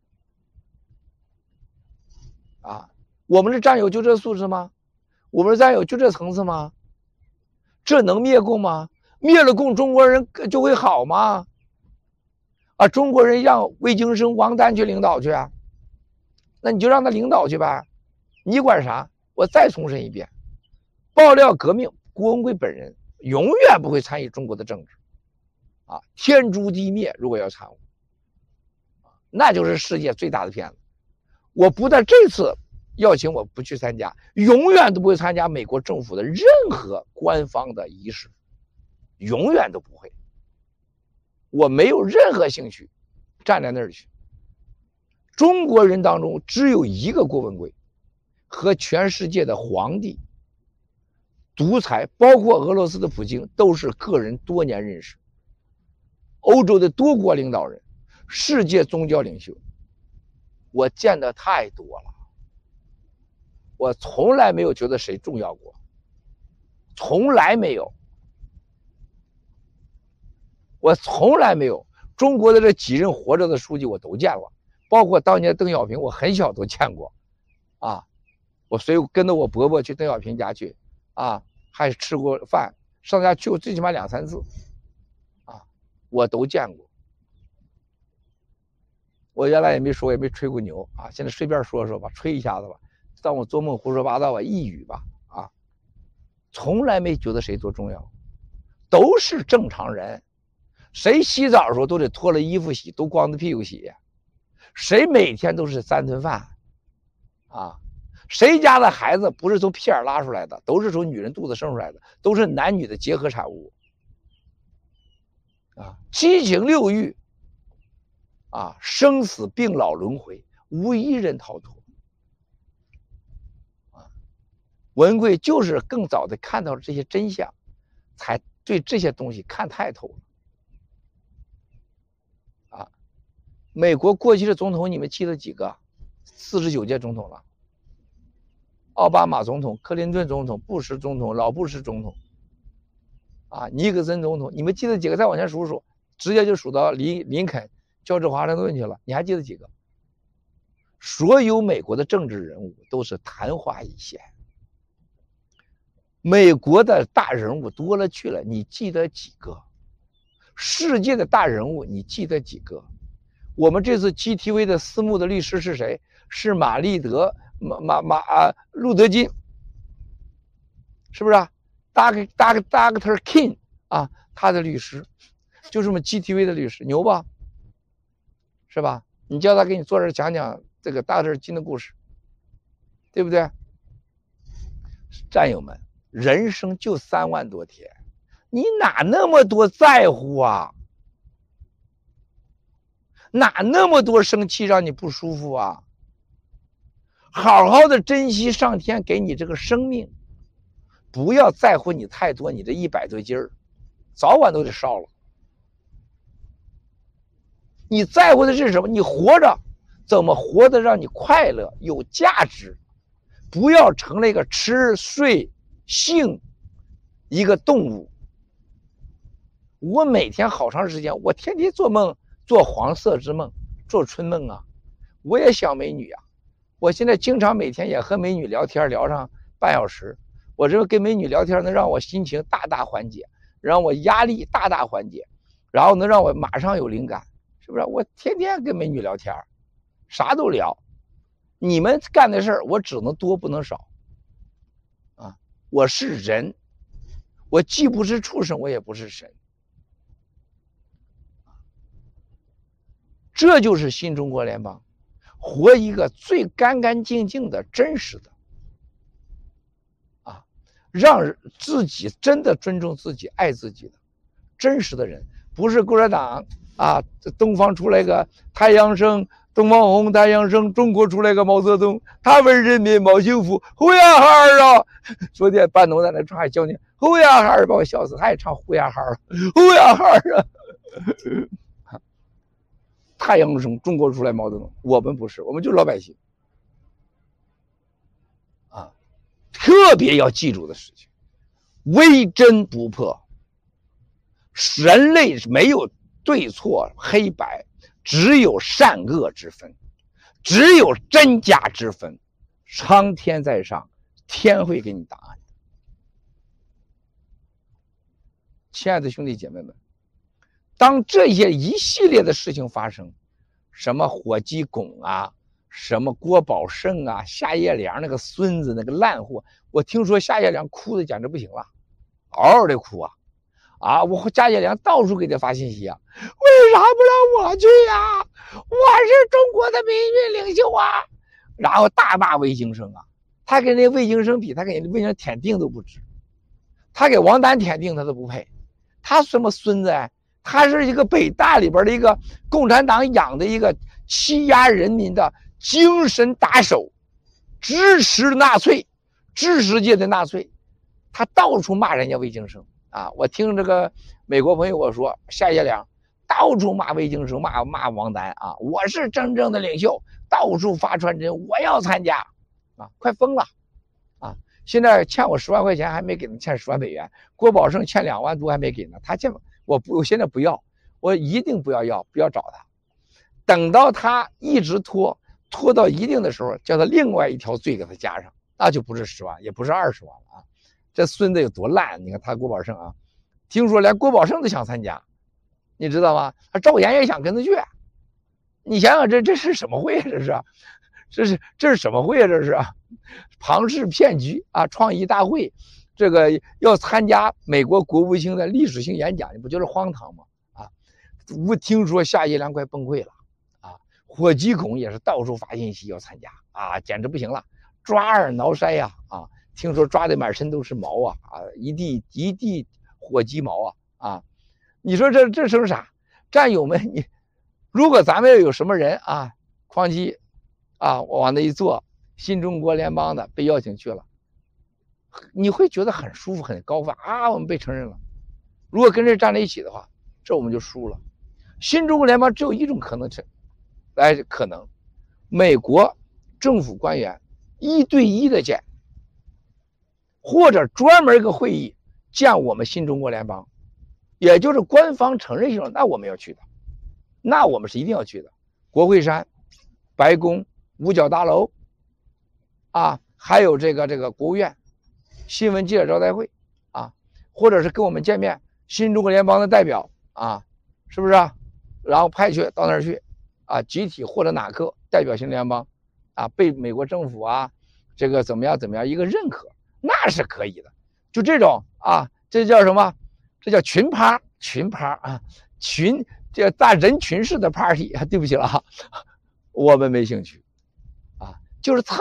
啊，我们的战友就这素质吗？我们的战友就这层次吗？这能灭共吗？灭了共，中国人就会好吗？啊，中国人让魏京生、王丹去领导去啊，那你就让他领导去吧，你管啥？我再重申一遍，爆料革命，郭文贵本人永远不会参与中国的政治，啊，天诛地灭。如果要参与，那就是世界最大的骗子。我不但这次邀请我不去参加，永远都不会参加美国政府的任何官方的仪式，永远都不会。我没有任何兴趣站在那儿去。中国人当中只有一个郭文贵，和全世界的皇帝、独裁，包括俄罗斯的普京，都是个人多年认识。欧洲的多国领导人，世界宗教领袖，我见的太多了。我从来没有觉得谁重要过，从来没有。我从来没有。中国的这几任活着的书记我都见了，包括当年邓小平，我很小都见过，啊，所以跟着我伯伯去邓小平家去，啊，还吃过饭，上家去过最起码2、3次，啊，我都见过。我原来也没说，也没吹过牛啊，现在随便说说吧，吹一下子吧，当我做梦胡说八道吧，一语吧，啊，从来没觉得谁多重要，都是正常人。谁洗澡的时候都得脱了衣服洗，都光着屁股洗。谁每天都是3顿饭，啊，谁家的孩子不是从屁眼拉出来的，都是从女人肚子生出来的，都是男女的结合产物。啊，七情六欲，啊，生死病老轮回，无一人逃脱。啊，文贵就是更早的看到了这些真相，才对这些东西看太透了。啊，美国过去的总统你们记得几个？49届总统了。奥巴马总统、克林顿总统、布什总统、老布什总统，啊，尼克森总统，你们记得几个？再往前数数，直接就数到林肯、乔治华盛顿去了。你还记得几个？所有美国的政治人物都是昙花一现，美国的大人物多了去了，你记得几个？世界的大人物你记得几个？我们这次 GTV 的私募的律师是谁？是路德金，是不是啊 ？Dr. King 啊，他的律师，就是我们 GTV 的律师，牛吧？是吧？你叫他给你坐这讲讲这个Dr. King 的故事，对不对？战友们，人生就3万多天，你哪那么多在乎啊？哪那么多生气让你不舒服啊？好好的珍惜上天给你这个生命，不要在乎你太多，你这100多斤儿，早晚都得烧了。你在乎的是什么？你活着怎么活得让你快乐有价值，不要成了一个吃睡性一个动物。我每天好长时间，我天天做梦，做黄色之梦，做春梦啊，我也想美女啊。我现在经常每天也和美女聊天，聊上半小时。我认为跟美女聊天能让我心情大大缓解，让我压力大大缓解，然后能让我马上有灵感，是不是？我天天跟美女聊天，啥都聊。你们干的事儿，我只能多不能少。啊，我是人，我既不是畜生，我也不是神。这就是新中国联邦。 活一个最干干净净的、真实的，啊，让自己真的尊重自己、爱自己的真实的人，不是共产党啊，东方出来个太阳升，东方红，太阳升，中国出来个毛泽东，他为人民谋幸福，胡呀哈儿啊！昨天班农在那唱还教你胡呀哈儿，把我笑死，他也唱胡呀哈儿，胡呀哈儿啊！太阳升，中国出来毛泽东，我们不是，我们就是老百姓啊！特别要记住的事情，微真不破，人类没有对错黑白，只有善恶之分，只有真假之分。苍天在上，天会给你答案。亲爱的兄弟姐妹们，当这些一系列的事情发生，什么火鸡拱啊，什么郭宝胜啊，夏叶良那个孙子那个烂货，我听说夏叶良哭的简直不行了，嗷嗷的哭啊！我夏叶良到处给他发信息啊，为啥不让我去呀？我是中国的民运领袖啊！然后大骂魏京生啊，他跟那魏京生比，他给魏京生舔腚都不值，他给王丹舔腚他都不配，他什么孙子啊？他是一个北大里边的一个共产党养的一个欺压人民的精神打手，支持纳粹，支持界的纳粹，他到处骂人家魏京生啊！我听这个美国朋友我说，夏叶良到处骂魏京生，骂王丹啊！我是真正的领袖，到处发传真，我要参加啊！快疯了啊！现在欠我10万块钱还没给他，欠10万美元。郭宝胜欠2万多还没给呢，他欠我现在不要，我一定不要找他，等到他一直拖到一定的时候，叫他另外一条罪给他加上，那就不是10万，也不是20万了啊！这孙子有多烂？你看他郭宝胜啊，听说连郭宝胜都想参加，你知道吗？他赵岩也想跟他去，你想想这是什么会啊？这是什么会啊？这是庞氏骗局啊！创意大会。这个要参加美国国务卿的历史性演讲，你不就是荒唐吗？啊，我听说夏叶良快崩溃了啊，火鸡孔也是到处发信息要参加啊，简直不行了，抓耳挠腮呀啊！听说抓的满身都是毛啊一地火鸡毛啊！你说这成啥？战友们，你如果咱们要有什么人啊，哐叽啊，我往那一坐，新中国联邦的被邀请去了。你会觉得很舒服很高兴啊，我们被承认了。如果跟这站在一起的话，这我们就输了。新中国联邦只有一种可能性，可能美国政府官员1对1的见，或者专门一个会议见我们新中国联邦，也就是官方承认性，那我们要去的，那我们是一定要去的。国会山、白宫、五角大楼啊，还有这个国务院新闻记者招待会啊，或者是跟我们见面新中国联邦的代表啊，是不是啊？然后派去到那儿去啊，集体或者哪个代表新联邦啊，被美国政府啊这个怎么样一个认可，那是可以的。就这种啊，这叫什么？这叫群趴啊，这大人群式的 party 啊，对不起了哈，我们没兴趣啊，就是蹭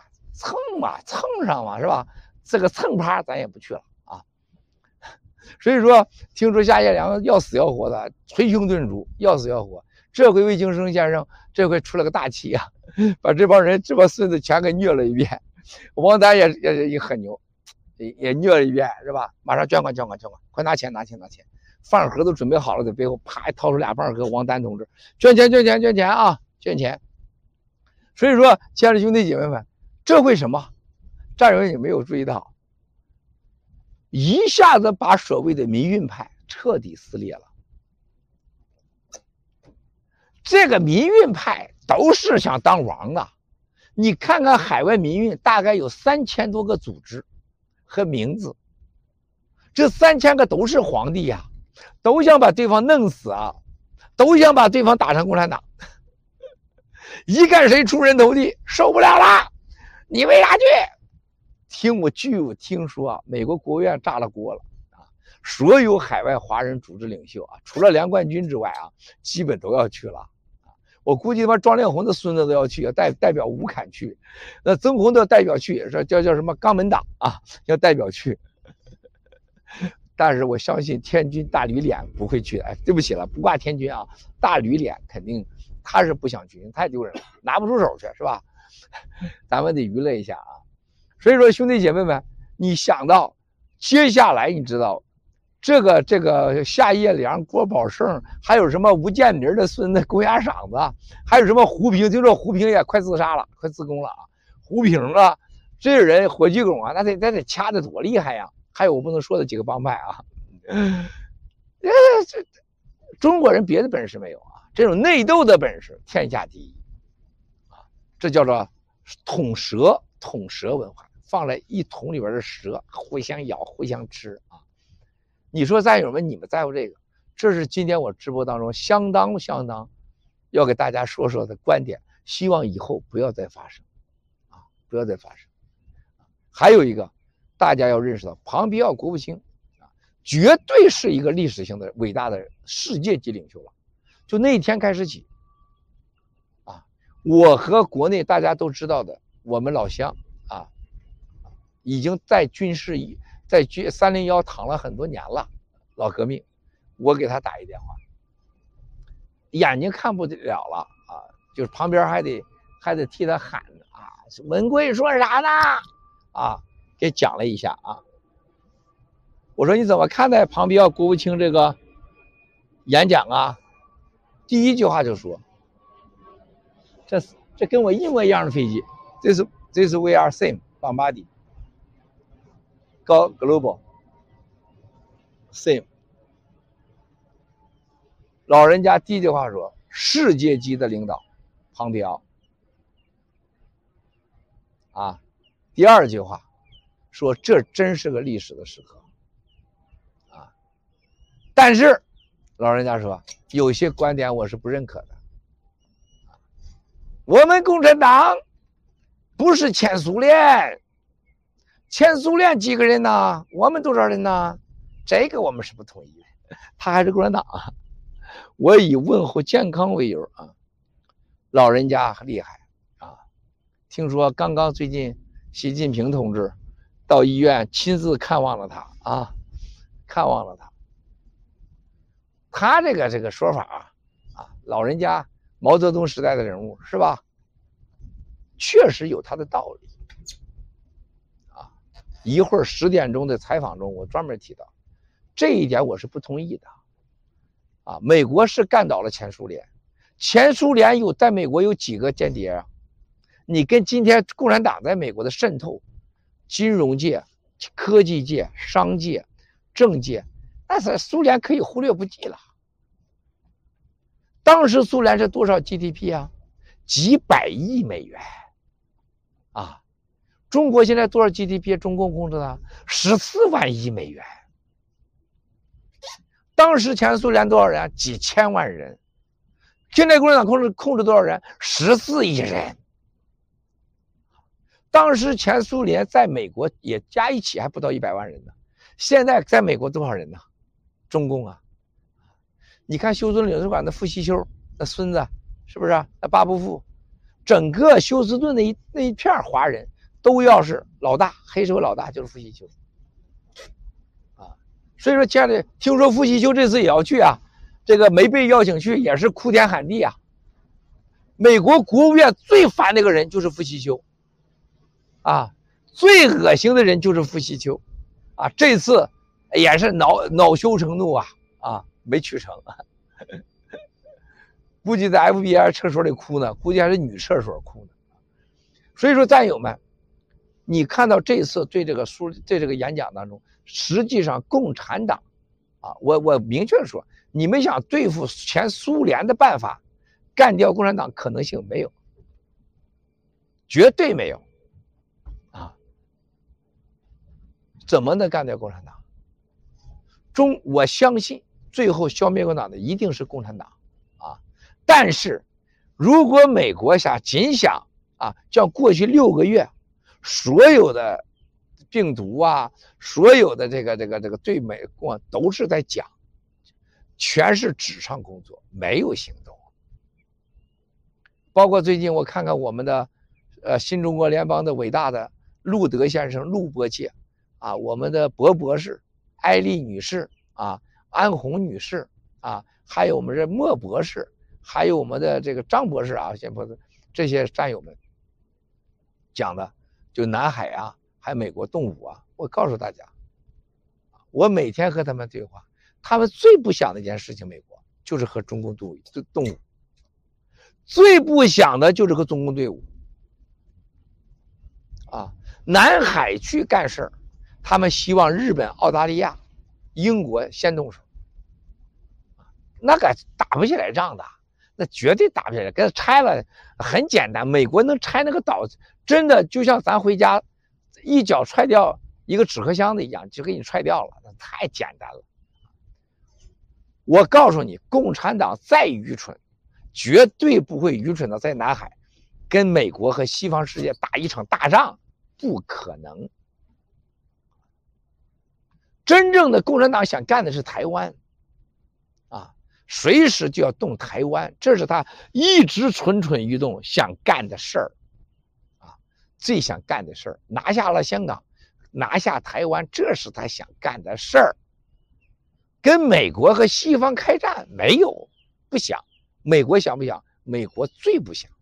上嘛，是吧？这个蹭趴咱也不去了啊。所以说，听说夏叶良要死要活的，捶胸顿足，要死要活。这回魏京生先生这回出了个大气啊，把这帮孙子全给虐了一遍。王丹也很牛，也虐了一遍，是吧？马上捐款，快拿钱！饭盒都准备好了，在背后啪掏出2饭盒，王丹同志捐钱啊，捐钱。所以说，亲爱的兄弟姐妹们，这会什么？战友也没有注意到，一下子把所谓的民运派彻底撕裂了。这个民运派都是想当王的，你看看海外民运大概有3000多个组织和名字，这3000个都是皇帝呀，都想把对方弄死啊，都想把对方打成共产党。一看谁出人头地，受不了了，你为啥去？据我听说啊，美国国务院炸了锅了啊！所有海外华人组织领袖啊，除了梁冠军之外啊，基本都要去了啊。 我估计他妈庄连红的孙子都要去，代表吴侃去，那曾洪的代表去，说叫什么肛门党啊，要代表去。但是我相信天军大吕脸不会去的。哎，对不起了，不挂天军啊，大吕脸肯定他是不想去，太丢人了，拿不出手去，是吧？咱们得娱乐一下啊。所以说，兄弟姐妹们，你想到接下来，你知道这个夏业良、郭宝胜，还有什么吴建民的孙子公鸭嗓子，还有什么胡平，听说胡平也快自杀了，快自宫了啊！胡平啊，这人火炬拱啊，那得掐得多厉害呀！还有我不能说的几个帮派啊，这中国人别的本事没有啊，这种内斗的本事天下第一啊，这叫做捅蛇文化，放在一桶里边的蛇互相咬互相吃啊。你说战友们，你们在乎这个？这是今天我直播当中相当要给大家说说的观点，希望以后不要再发生啊，不要再发生。还有一个，大家要认识到，庞皮奥国务卿啊，绝对是一个历史性的伟大的世界级领袖了。就那一天开始起啊，我和国内大家都知道的，我们老乡啊，已经在军事在301躺了很多年了，老革命，我给他打一电话，眼睛看不了了啊，就是旁边还得替他喊啊，文贵说啥呢？啊，给讲了一下啊。我说你怎么看待庞皮奥国务卿这个演讲啊？第一句话就说，这跟我一模一样的飞机，这是 we are same Bombardier global same。老人家第一句话说，世界级的领导庞皮奥啊。第二句话说，这真是个历史的时刻啊。但是老人家说，有些观点我是不认可的。我们共产党不是前苏联，前苏联几个人呢？我们多少人呢？这个我们是不同意的。他还是共产党啊。我以问候健康为由啊，老人家厉害啊！听说刚刚最近习近平同志到医院亲自看望了他啊，看望了他。他这个说法啊，老人家毛泽东时代的人物是吧？确实有他的道理啊。一会儿10点钟的采访中，我专门提到这一点，我是不同意的啊。美国是干倒了前苏联，前苏联在美国有几个间谍啊？你跟今天共产党在美国的渗透，金融界、科技界、商界、政界，那是苏联可以忽略不计了。当时苏联是多少 GDP 啊？几百亿美元啊！中国现在多少 GDP？ 中共控制的14万亿美元。当时前苏联多少人？几千万人。现在共产党控制多少人？14亿人。当时前苏联在美国也加一起还不到100万人呢。现在在美国多少人呢？中共啊！你看休斯顿领事馆的傅西修那孙子是不是啊？那巴布夫，整个休斯顿那一片华人都要是老大，黑手老大就是傅西修啊。所以说亲爱的，听说傅西修这次也要去啊，这个没被邀请去也是哭天喊地啊。美国国务院最烦那个人就是傅西修啊，最恶心的人就是傅西修啊。这次也是恼羞成怒啊，没去成估计在 FBI 厕所里哭呢，估计还是女厕所哭呢。所以说战友们，你看到这次对这个演讲当中，实际上共产党啊，我明确说，你们想对付前苏联的办法干掉共产党可能性没有，绝对没有啊！怎么能干掉共产党？我相信最后消灭共产党的一定是共产党啊！但是如果美国仅想像过去6个月所有的病毒啊，所有的这个对美国都是在讲，全是纸上工作，没有行动包括最近我看看我们的新中国联邦的伟大的路德先生陆伯切啊，我们的博博士、艾丽女士啊、安红女士啊，还有我们这莫博士，还有我们的这个张博士啊，先不是这些战友们讲的，就南海啊，还有美国动武啊，我告诉大家，我每天和他们对话，他们最不想的一件事情，美国就是和中共动武，最不想的就是和中共队伍啊，南海去干事儿，他们希望日本、澳大利亚、英国先动手，那个打不起来仗的，那绝对打不起来，给他拆了很简单，美国能拆那个岛，真的就像咱回家一脚踹掉一个纸壳箱子一样，就给你踹掉了，那太简单了。我告诉你，共产党再愚蠢，绝对不会愚蠢到在南海跟美国和西方世界打一场大仗，不可能。真正的共产党想干的是台湾啊，随时就要动台湾，这是他一直蠢蠢欲动想干的事儿啊，最想干的事儿。拿下了香港，拿下台湾，这是他想干的事儿。跟美国和西方开战没有，不想。美国想不想？美国最不想。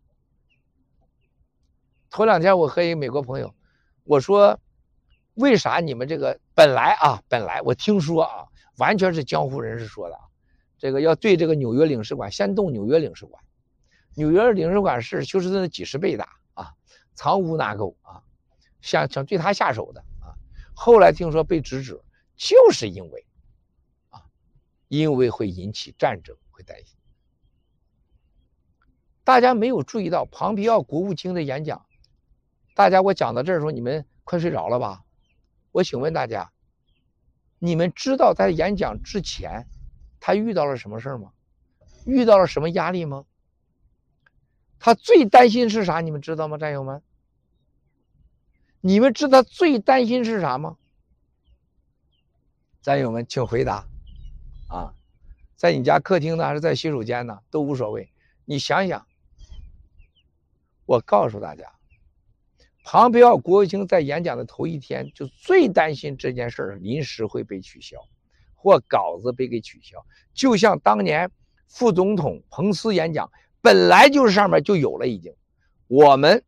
头两天我和一个美国朋友，我说为啥你们这个本来我听说啊，完全是江湖人士说的，这个要对这个纽约领事馆先动纽约领事馆，纽约领事馆是休斯顿的几十倍大啊，藏污纳垢啊，想对他下手的啊。后来听说被制止，就是因为会引起战争，会担心。大家没有注意到庞皮奥国务卿的演讲，大家我讲到这儿的时候，你们快睡着了吧？我请问大家，你们知道在演讲之前他遇到了什么事吗？遇到了什么压力吗？他最担心是啥？你们知道吗，战友们？你们知道最担心是啥吗？战友们请回答啊，在你家客厅呢还是在洗手间呢都无所谓，你想想。我告诉大家，庞培奥国务卿在演讲的头一天就最担心这件事临时会被取消，或稿子被给取消。就像当年副总统彭斯演讲，本来就是上面就有了已经，我们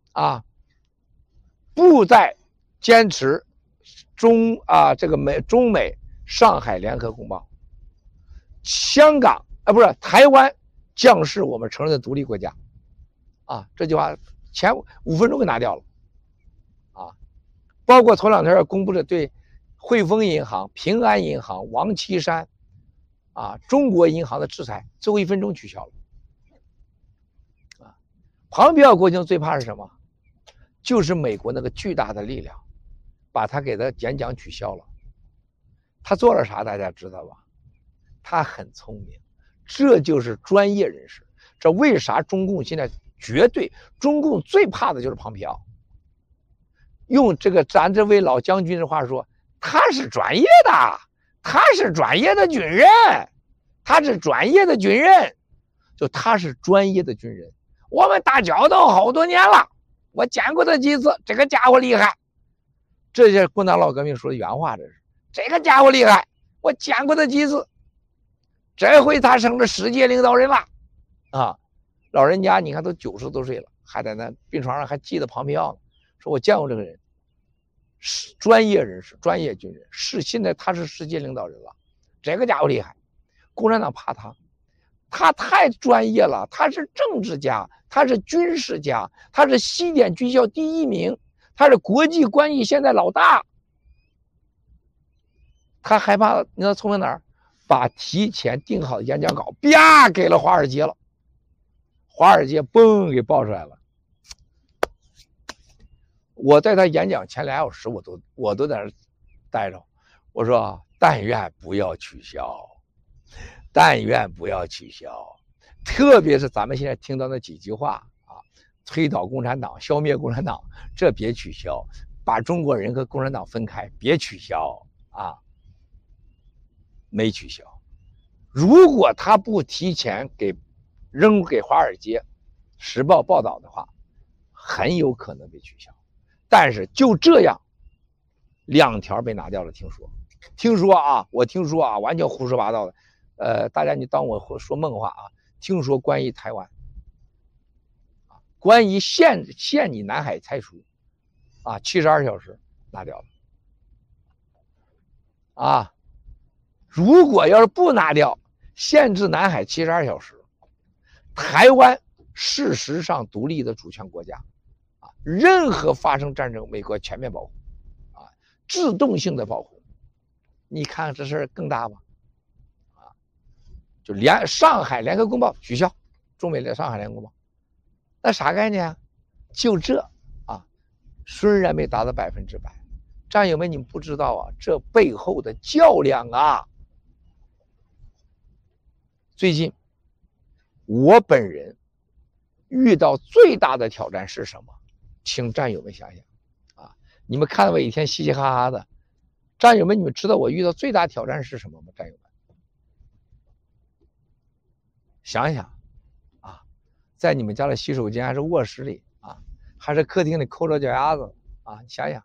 不再坚持中美上海联合公报，香港不是台湾将是我们承认的独立国家啊，这句话前5分钟给拿掉了啊，包括头两天公布的对汇丰银行、平安银行、王岐山中国银行的制裁，最后1分钟取消了啊。庞培奥国务卿最怕是什么？就是美国那个巨大的力量把他给他演讲取消了。他做了啥？大家知道吧？他很聪明，这就是专业人士。这为啥中共现在绝对，中共最怕的就是庞培奥。用咱这位老将军的话说，他是专业的，他是专业的军人，他是专业的军人，就他是专业的军人。我们打交道好多年了，我见过他几次，这个家伙厉害。这些共产党老革命说的原话，这个家伙厉害，我见过他几次。这回他成了世界领导人了啊！老人家你看都90多岁了，还在那病床上还记得庞培奥呢，说我见过这个人，是专业人士、专业军人，现在他是世界领导人了，这个家伙厉害。共产党怕他，他太专业了，他是政治家，他是军事家，他是西点军校第1名，他是国际关系现在老大。他害怕，你知道聪明哪儿？把提前定好的演讲稿啪给了华尔街了，华尔街嘣给爆出来了。我在他演讲前2小时我都在那待着，我说但愿不要取消，但愿不要取消，特别是咱们现在听到那几句话推倒共产党，消灭共产党，这别取消，把中国人和共产党分开，别取消没取消。如果他不提前扔给华尔街， 时报报道的话，很有可能被取消。但是就这样，2条被拿掉了。听说啊，我听说啊，完全胡说八道的。大家你当我说梦话啊。听说关于台湾，关于限你南海拆除啊，72小时拿掉了。啊，如果要是不拿掉限制南海72小时，台湾事实上独立的主权国家，啊，任何发生战争，美国全面保护，啊，制动性的保护。你看这事儿更大吧？啊，就上海联合公报取消，中美的上海联合公报，那啥概念啊？就这啊，虽然没达到100%，战友们你们不知道啊，这背后的较量啊。最近我本人遇到最大的挑战是什么？请战友们想想啊！你们看到我一天嘻嘻哈哈的，战友们，你们知道我遇到最大挑战是什么吗？战友们，想想啊，在你们家的洗手间，还是卧室里啊，还是客厅里抠着脚丫子啊？你想想，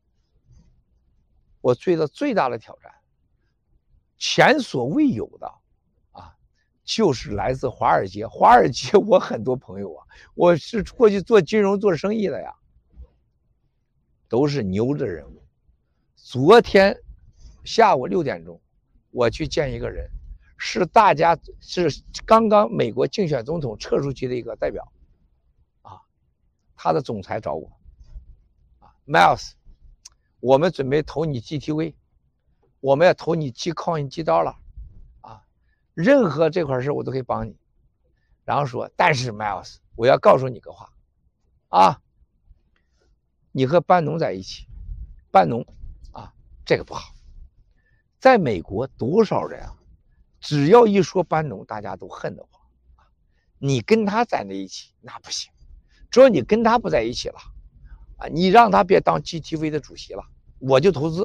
我遇到最大的挑战，前所未有的。就是来自华尔街，我很多朋友啊，我是过去做金融做生意的呀，都是牛的人物。昨天下午6点钟，我去见一个人，是刚刚美国竞选总统撤出去的一个代表，啊，他的总裁找我，啊 ，Miles， 我们准备投你 GTV， 我们要投你$10，任何这块事我都可以帮你。然后说，但是 Miles， 我要告诉你个话啊，你和班农在一起，班农啊，这个不好。在美国多少人啊，只要一说班农，大家都恨得慌。你跟他在一起那不行，只要你跟他不在一起了啊，你让他别当 GTV 的主席了，我就投资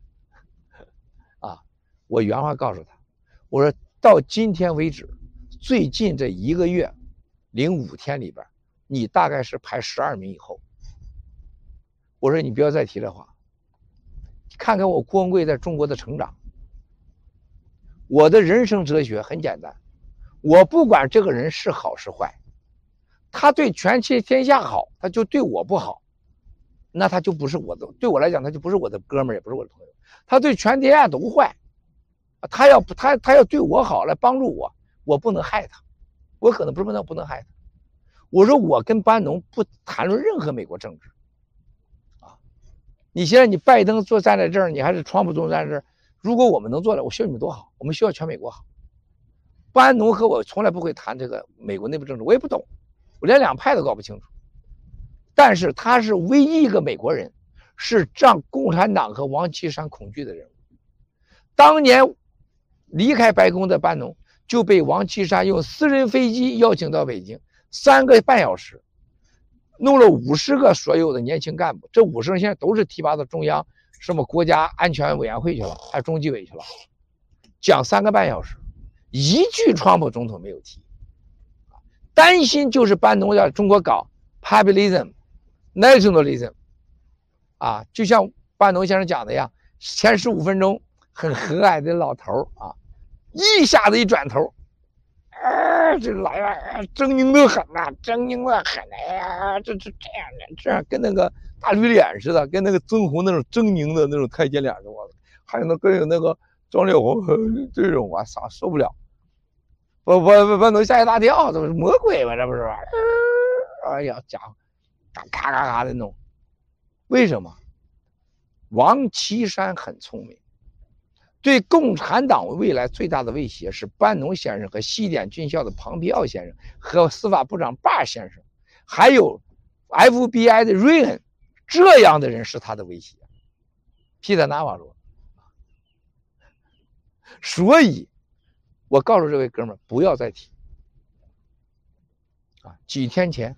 啊。我原话告诉他，我说到今天为止，最近这1个月05天里边，你大概是排12名以后。我说你不要再提这话，看看我郭文贵在中国的成长。我的人生哲学很简单，我不管这个人是好是坏，他对全天下好，他就对我不好，那他就不是我的，对我来讲他就不是我的哥们儿，也不是我的朋友。他对全天下都坏，他要对我好来帮助我，我不能害他，我可能不能害他。我说我跟班农不谈论任何美国政治啊！你现在你拜登站在这儿，你还是川普站在这儿，如果我们能做到，我希望你们多好，我们需要全美国好。班农和我从来不会谈这个美国内部政治，我也不懂，我连2派都搞不清楚。但是他是唯一一个美国人，是让共产党和王岐山恐惧的人物。当年离开白宫的班农就被王岐山用私人飞机邀请到北京，3个半小时，弄了50个所有的年轻干部，这50人现在都是提拔到中央什么国家安全委员会去了，还中纪委去了，讲3个半小时，一句川普总统没有提。担心就是班农要中国搞 populism、nationalism， 啊，就像班农先生讲的一样，前15分钟很和蔼的老头啊，一下子一转头，这老样狰狞的很呐，狰狞的很，哎呀，这样的，这样跟那个大驴脸似的，跟那个曾红那种狰狞的那种太监脸似的，还有那个张烈红这种，我操，受不了！我能吓一大跳，这不是魔鬼吗？这不是？哎呀，家伙，咔咔咔的弄，为什么？王岐山很聪明。对共产党未来最大的威胁是班农先生和西点军校的庞皮奥先生和司法部长巴先生，还有 FBI 的瑞恩，这样的人是他的威胁。皮特纳瓦罗，所以我告诉这位哥们儿不要再提啊！几天前，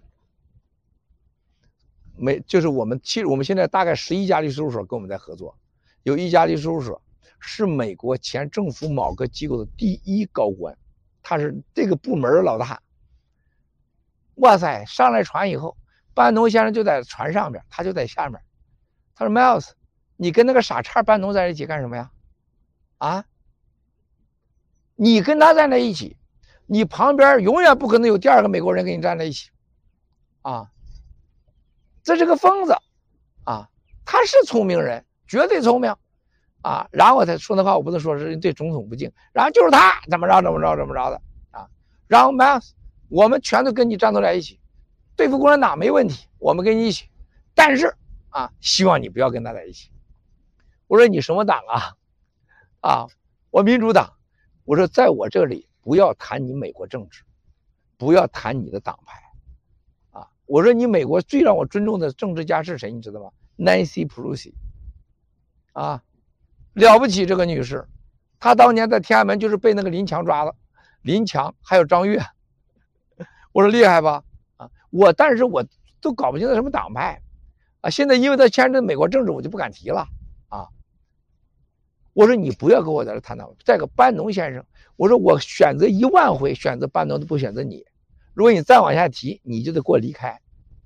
就是我们现在大概11家律师事务所跟我们在合作，有一家律师事务所是美国前政府某个机构的第1高官，他是这个部门的老大。 哇塞，上来船以后，班农先生就在船上面，他就在下面。他说 Miles， 你跟那个傻叉班农在一起干什么呀？啊，你跟他站在一起，你旁边永远不可能有第二个美国人跟你站在一起。啊，这是个疯子啊，他是聪明人，绝对聪明啊。然后他说那话我不能说是对总统不敬，然后就是他怎么着的啊。然后 Miles， 我们全都跟你战斗在一起，对付共产党没问题，我们跟你一起，但是啊，希望你不要跟他在一起。我说你什么党啊？啊，我民主党。我说在我这里不要谈你美国政治，不要谈你的党派。我说你美国最让我尊重的政治家是谁？你知道吗 ？Nancy Pelosi， 啊，了不起这个女士，她当年在天安门就是被那个林强抓了，林强还有张悦，我说厉害吧？啊，但是我都搞不清楚什么党派，啊，现在因为他牵扯美国政治，我就不敢提了，啊，我说你不要跟我在这谈党，再个班农先生，我说我选择10000回选择班农都不选择你。如果你再往下提，你就得给我离开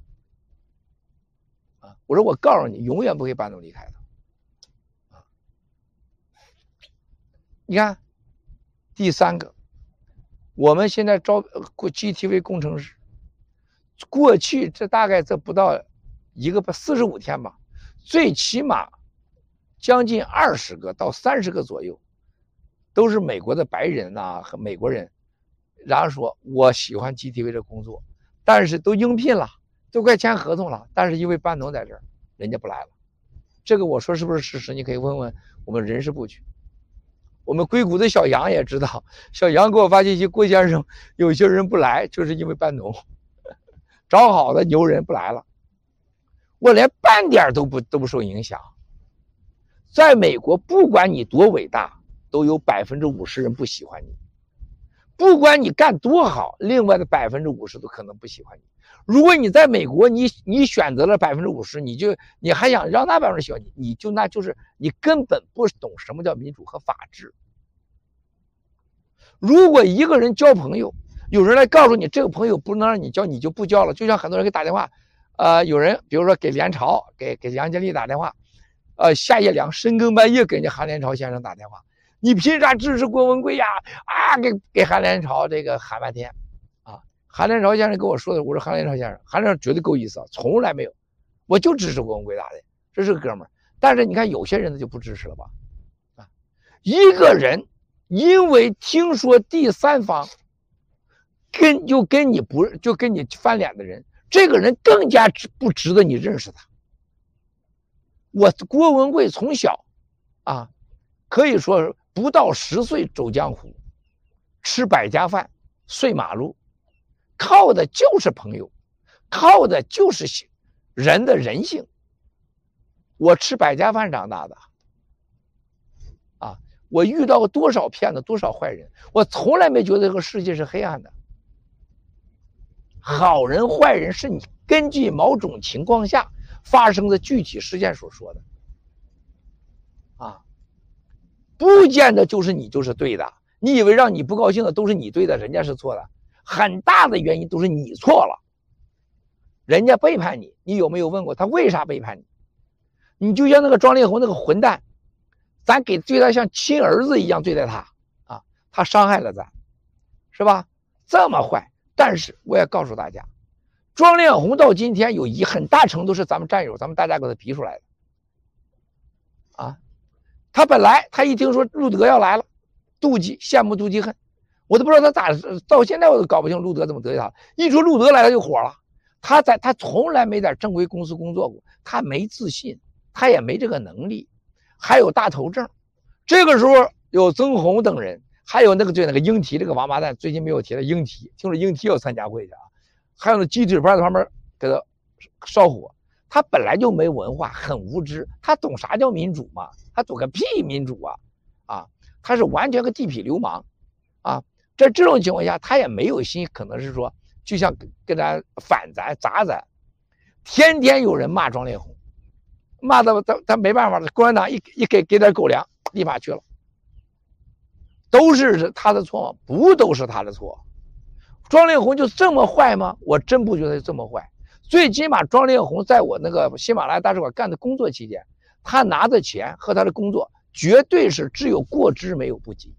啊！我说我告诉你，永远不会班农离开的啊！你看，第3个，我们现在招GTV 工程师，过去这大概这不到45天吧，最起码将近20个到30个左右，都是美国的白人呐和美国人。然后说我喜欢 GTV 这工作，但是都应聘了，都快签合同了，但是因为班农在这儿，人家不来了。这个我说是不是事实？你可以问问我们人事部去。我们硅谷的小杨也知道，小杨给我发信息，郭先生有些人不来，就是因为班农找好的牛人不来了。我连半点都不受影响。在美国，不管你多伟大，都有50%人不喜欢你。不管你干多好，另外的50%都可能不喜欢你。如果你在美国，你选择了50%，你还想让那50%喜欢你，那就是你根本不懂什么叫民主和法治。如果一个人交朋友，有人来告诉你这个朋友不能让你交，你就不交了。就像很多人给打电话，有人比如说给联朝、给杨洁篪打电话，夏夜良深更半夜给人家韩连朝先生打电话。你凭啥支持郭文贵呀？啊，给韩连朝这个喊半天，啊，韩连朝先生跟我说的，我说韩连朝先生，韩连朝绝对够意思啊，从来没有，我就支持郭文贵打的，这是个哥们儿。但是你看有些人他就不支持了吧？啊，一个人因为听说第三方跟你翻脸的人，这个人更加不值得你认识他。郭文贵从小啊，可以说不到10岁走江湖，吃百家饭，睡马路，靠的就是朋友，靠的就是人的人性。我吃百家饭长大的，啊，我遇到过多少骗子，多少坏人，我从来没觉得这个世界是黑暗的。好人坏人是你根据某种情况下发生的具体事件所说的，啊，不见得就是你就是对的。你以为让你不高兴的都是你对的，人家是错的，很大的原因都是你错了。人家背叛你，你有没有问过他为啥背叛你？你就像那个庄烈红那个混蛋，咱对他像亲儿子一样对待他啊，他伤害了咱，是吧？这么坏。但是我也告诉大家，庄烈红到今天有很大程度是咱们战友，咱们大家给他逼出来的啊。他本来他一听说路德要来了，妒忌、羡慕、妒忌、恨，我都不知道他到现在我都搞不清路德怎么得罪他。一说路德来了就火了。他从来没在正规公司工作过，他没自信，他也没这个能力，还有大头症。这个时候有曾红等人，还有那个英提这个王八蛋，最近没有提的英提，听说英提要参加会去啊，还有那鸡腿盘在旁边给他烧火。他本来就没文化，很无知，他懂啥叫民主吗？他懂个屁民主啊！啊，他是完全个地痞流氓啊！在这种情况下，他也没有心，可能是说，就像跟咱反咱砸咱，天天有人骂庄烈红，骂到他没办法了，共产党一给点狗粮，立马去了。都是他的错吗？不都是他的错。 庄丽红就这么坏吗？我真不觉得这么坏。最起码庄丽红在我那个喜马拉雅大使馆干的工作期间，他拿的钱和他的工作绝对是只有过之没有不及。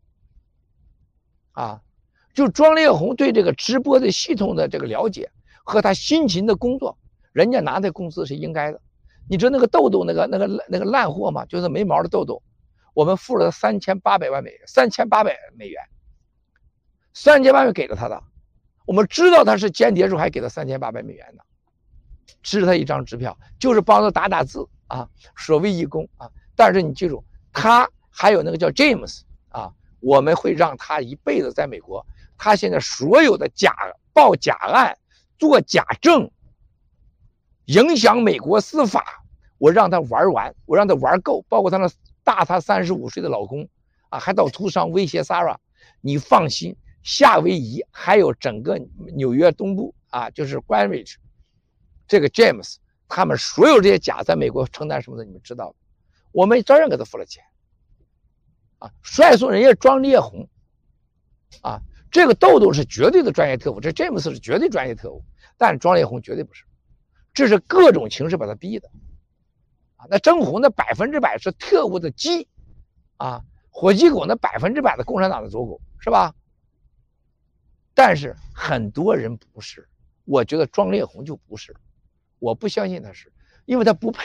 啊，就庄丽红对这个直播的系统的这个了解和他辛勤的工作，人家拿的工资是应该的。你知道那个豆豆那个烂货吗？就是没毛的豆豆，我们付了3800万美元，3800美元，3800万给了他的。我们知道他是间谍时候还给他3800美元呢，支他一张支票，就是帮他打字啊，所谓义工啊。但是你记住，他还有那个叫 James 啊，我们会让他一辈子在美国。他现在所有的报假案、做假证，影响美国司法，我让他玩完，我让他玩够，包括他那大他35岁的老公啊，还到图上威胁 Sarah， 你放心。夏威夷还有整个纽约东部啊，就是 Greenwich， 这个 James 他们所有这些假在美国承担什么的，你们知道，我们照样给他付了钱啊，率送人家庄烈红啊，这个豆豆是绝对的专业特务，这 James 是绝对专业特务，但庄烈红绝对不是，这是各种形式把他逼的啊。那郑红那100%是特务的鸡啊，火鸡狗那100%的共产党的走狗，是吧？但是很多人不是，我觉得庄烈红就不是，我不相信他是，因为他不配。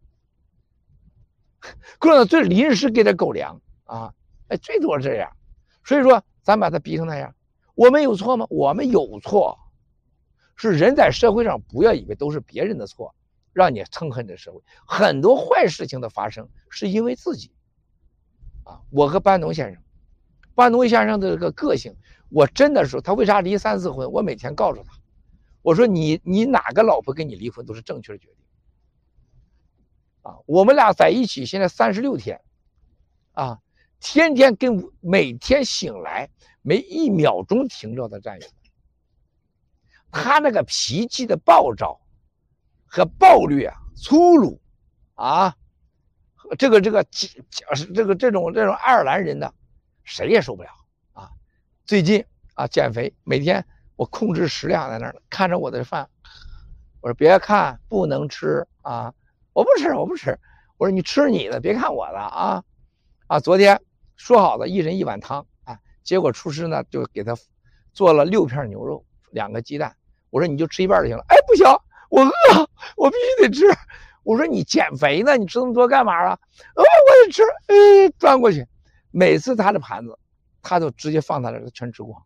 共产党最临时给他狗粮啊，最多这样。所以说，咱把他逼成那样，我们有错吗？我们有错，是人在社会上不要以为都是别人的错，让你憎恨这社会。很多坏事情的发生是因为自己啊。我和班农先生的这个个性。我真的说，他为啥离3、4婚？我每天告诉他，我说你哪个老婆跟你离婚都是正确的决定啊！我们俩在一起现在36天啊，天天每天醒来没1秒钟停着的战友。他那个脾气的暴躁和暴虐啊、粗鲁啊，这种爱尔兰人的谁也受不了。最近啊，减肥，每天我控制食量在那儿看着我的饭，我说别看，不能吃啊，我不吃。我说你吃你的，别看我的啊。昨天说好的1人1碗汤啊，结果厨师呢就给他做了6片牛肉，2个鸡蛋。我说你就吃一半就行了。哎，不行，我饿，我必须得吃。我说你减肥呢，你吃那么多干嘛啊？我也吃，端过去。每次他的盘子。他就直接放他这个全吃光，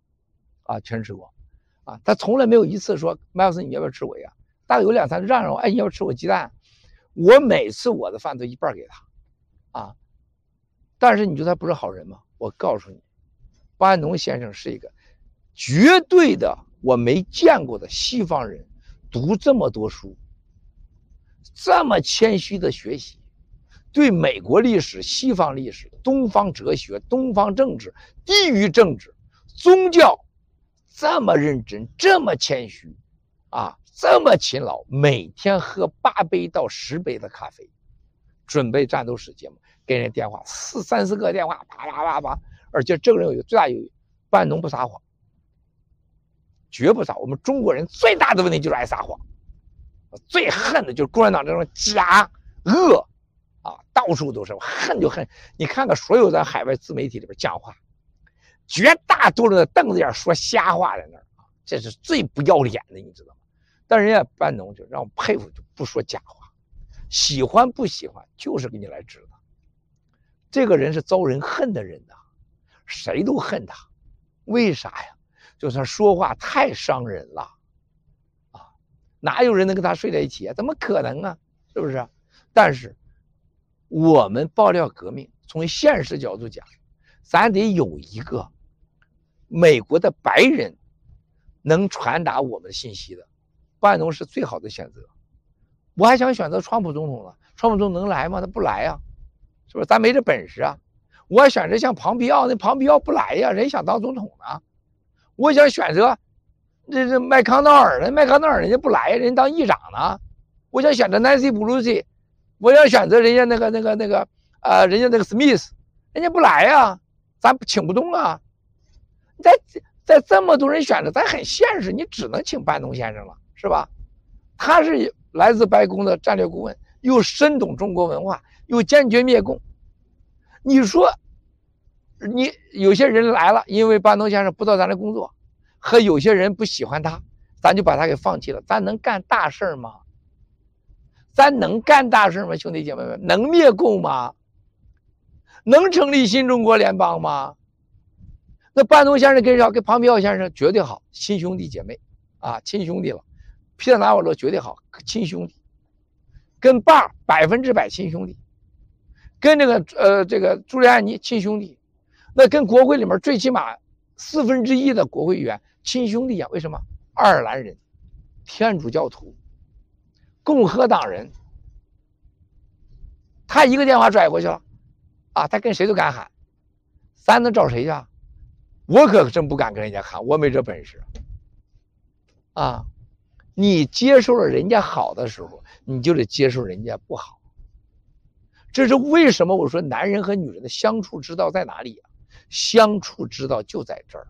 他从来没有一次说麦克斯你要不要吃我呀？大概有2、3次让我，哎，你要不要吃我鸡蛋？我每次我的饭都一半给他，啊，但是你觉得他不是好人吗？我告诉你，班农先生是一个绝对的我没见过的西方人，读这么多书，这么谦虚的学习。对美国历史、西方历史、东方哲学、东方政治、地域政治、宗教这么认真，这么谦虚啊，这么勤劳，每天喝8杯到10杯的咖啡，准备战斗史节目，给人电话3、4个电话，啪，而且这个人有一个最大优点，班农不撒谎，绝不撒谎。我们中国人最大的问题就是爱撒谎，最恨的就是共产党这种假恶。到处都是，恨就恨。你看看所有在海外自媒体里边讲话，绝大多数的瞪着眼说瞎话在那儿，这是最不要脸的，你知道吗？但人家班农就让我佩服，就不说假话，喜欢不喜欢就是给你来治的。这个人是遭人恨的人呐，谁都恨他，为啥呀？就是他说话太伤人了啊，哪有人能跟他睡在一起啊？怎么可能啊？是不是？但是我们爆料革命，从现实角度讲，咱得有一个美国的白人能传达我们的信息的，班农是最好的选择。我还想选择川普总统呢，川普总统能来吗？他不来呀，是不是？咱没这本事啊。我要选择像庞皮奥，那庞皮奥不来呀，人想当总统呢。我想选择这麦康奈尔呢，麦康奈尔人家不来，人当议长呢。我想选择 Nancy Pelosi， 我要选择人家人家那个 Smith， 人家不来呀，咱请不动啊。 在这么多人选择，咱很现实，你只能请班农先生了，是吧？他是来自白宫的战略顾问，又深懂中国文化，又坚决灭共。你说，你有些人来了，因为班农先生不到咱的工作，和有些人不喜欢他，咱就把他给放弃了。咱能干大事吗？咱能干大事吗，兄弟姐妹们？能灭共吗？能成立新中国联邦吗？那班农先生跟谁好？跟庞皮奥先生绝对好，亲兄弟姐妹啊，亲兄弟了。皮特拿瓦罗绝对好，亲兄弟。跟爸100%亲兄弟，跟这个朱利安尼亲兄弟，那跟国会里面最起码1/4的国会议员亲兄弟啊？为什么？爱尔兰人、天主教徒、共和党人，他一个电话拽过去了，啊，他跟谁都敢喊，咱能找谁去啊？我可真不敢跟人家喊，我没这本事啊！你接受了人家好的时候，你就得接受人家不好。这是为什么我说男人和女人的相处之道在哪里啊？相处之道就在这儿。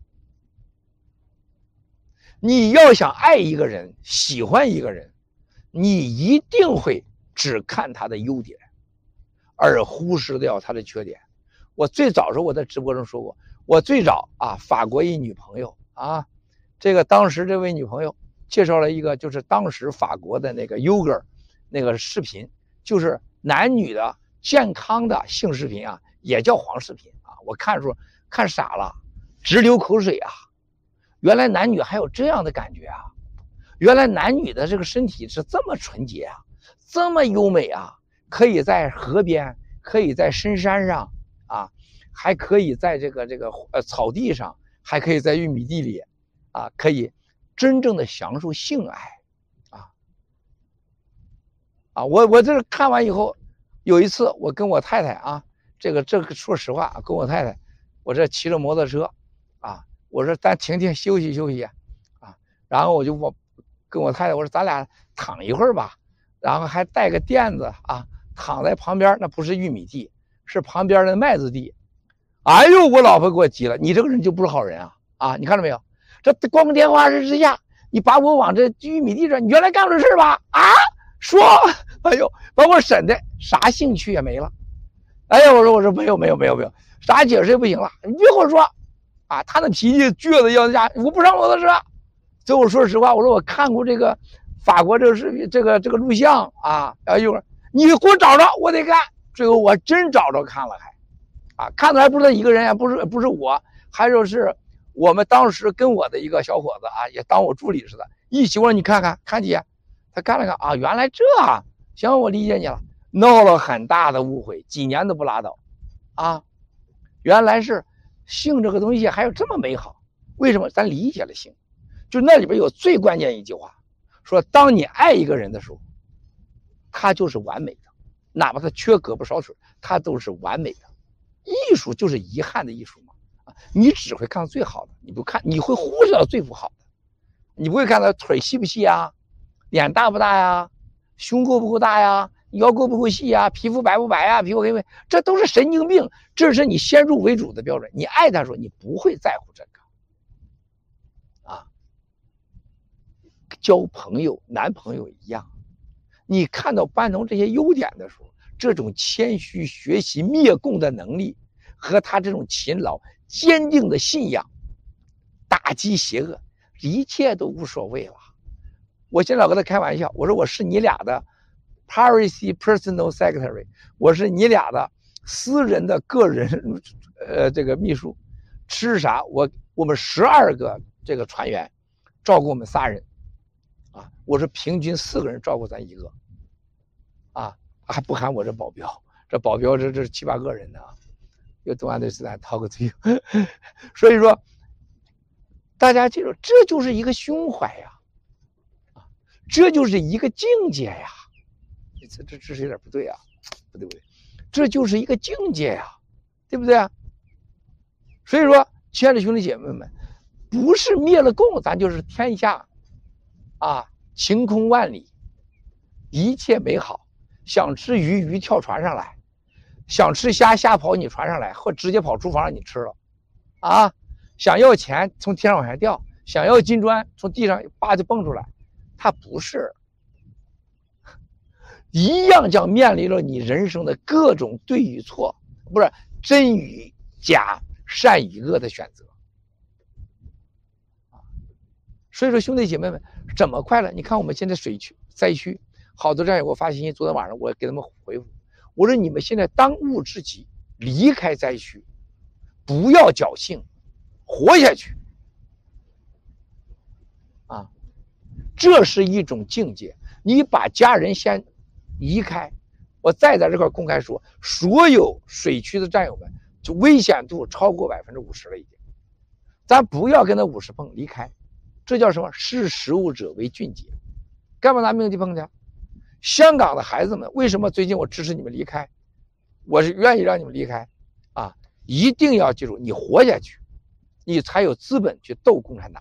你要想爱一个人，喜欢一个人，你一定会只看他的优点，而忽视掉他的缺点。我最早时候我在直播中说过，我最早啊，法国一女朋友啊，这个当时这位女朋友介绍了一个，就是当时法国的那个 Yoga 那个视频，就是男女的健康的性视频啊，也叫黄视频啊。我看出看傻了，直流口水啊！原来男女还有这样的感觉啊！原来男女的这个身体是这么纯洁啊，这么优美啊！可以在河边，可以在深山上啊，还可以在这个草地上，还可以在玉米地里啊，可以真正的享受性爱啊！我这看完以后，有一次我跟我太太啊，这个说实话，跟我太太，我这骑着摩托车啊，我说咱停休息休息啊，然后我跟我太太我说咱俩躺一会儿吧，然后还带个垫子啊，躺在旁边，那不是玉米地，是旁边的麦子地。哎呦，我老婆给我急了，你这个人就不是好人啊！你看到没有？这光电话之下，你把我往这玉米地上，你原来干过这事吧？啊，说，哎呦，把我审的啥兴趣也没了。哎呀，我说没有，啥解释也不行了，你别跟我说啊！他那脾气倔的要下，我不上摩托车。最后说实话，我说我看过这个法国这个视频，这个录像啊，一会儿你给我找着，我得看。最后我真找着看了，看的还不是他一个人，不是我，还是我们当时跟我的一个小伙子啊，也当我助理似的，一起我说你看姐，他看了看啊，原来这行，我理解你了，闹了很大的误会，几年都不拉倒啊，原来是性这个东西还有这么美好，为什么？咱理解了性，就那里边有最关键一句话，说当你爱一个人的时候，他就是完美的，哪怕他缺胳膊少腿，他都是完美的。艺术就是遗憾的艺术嘛，你只会看最好的，你会忽视到最不好的，你不会看到腿细不细啊，脸大不大呀，胸够不够大呀，腰够不够细呀，皮肤白不白呀，皮肤黑不黑，这都是神经病，这是你先入为主的标准。你爱他说你不会在乎这个啊，交朋友男朋友一样，你看到班农这些优点的时候，这种谦虚学习灭共的能力和他这种勤劳坚定的信仰，打击邪恶，一切都无所谓了。我现在老跟他开玩笑，我说我是你俩的 Paris personal secretary， 我是你俩的私人的个人这个秘书，吃啥我们12个这个船员照顾我们3人啊，我说平均4个人照顾咱1个啊。还不含我这保镖，这保镖这7、8个人呢，有东安对斯坦掏个嘴。所以说，大家记住，这就是一个胸怀呀，这就是一个境界呀。这是有点不对啊，不对，这就是一个境界呀，对不对啊？所以说，亲爱的兄弟姐妹们，不是灭了共，咱就是天下啊晴空万里，一切美好。想吃鱼跳船上来，想吃虾跑你船上来，或直接跑厨房让你吃了啊！ 想要钱从天上往下掉，想要金砖从地上叭就蹦出来，他不是，一样将面临着你人生的各种对与错，不是真与假、善与恶的选择。所以说，兄弟姐妹们，怎么快乐？你看我们现在水区灾区，好多战友给我发信息，昨天晚上我给他们回复，我说你们现在当务之急，离开灾区，不要侥幸，活下去。啊，这是一种境界。你把家人先移开，我再在这块公开说，所有水区的战友们，就危险度超过50%了已经，咱不要跟他50碰，离开。这叫什么？识时务者为俊杰，干嘛拿命去碰去？香港的孩子们，为什么最近我支持你们离开？我是愿意让你们离开啊！一定要记住，你活下去，你才有资本去斗共产党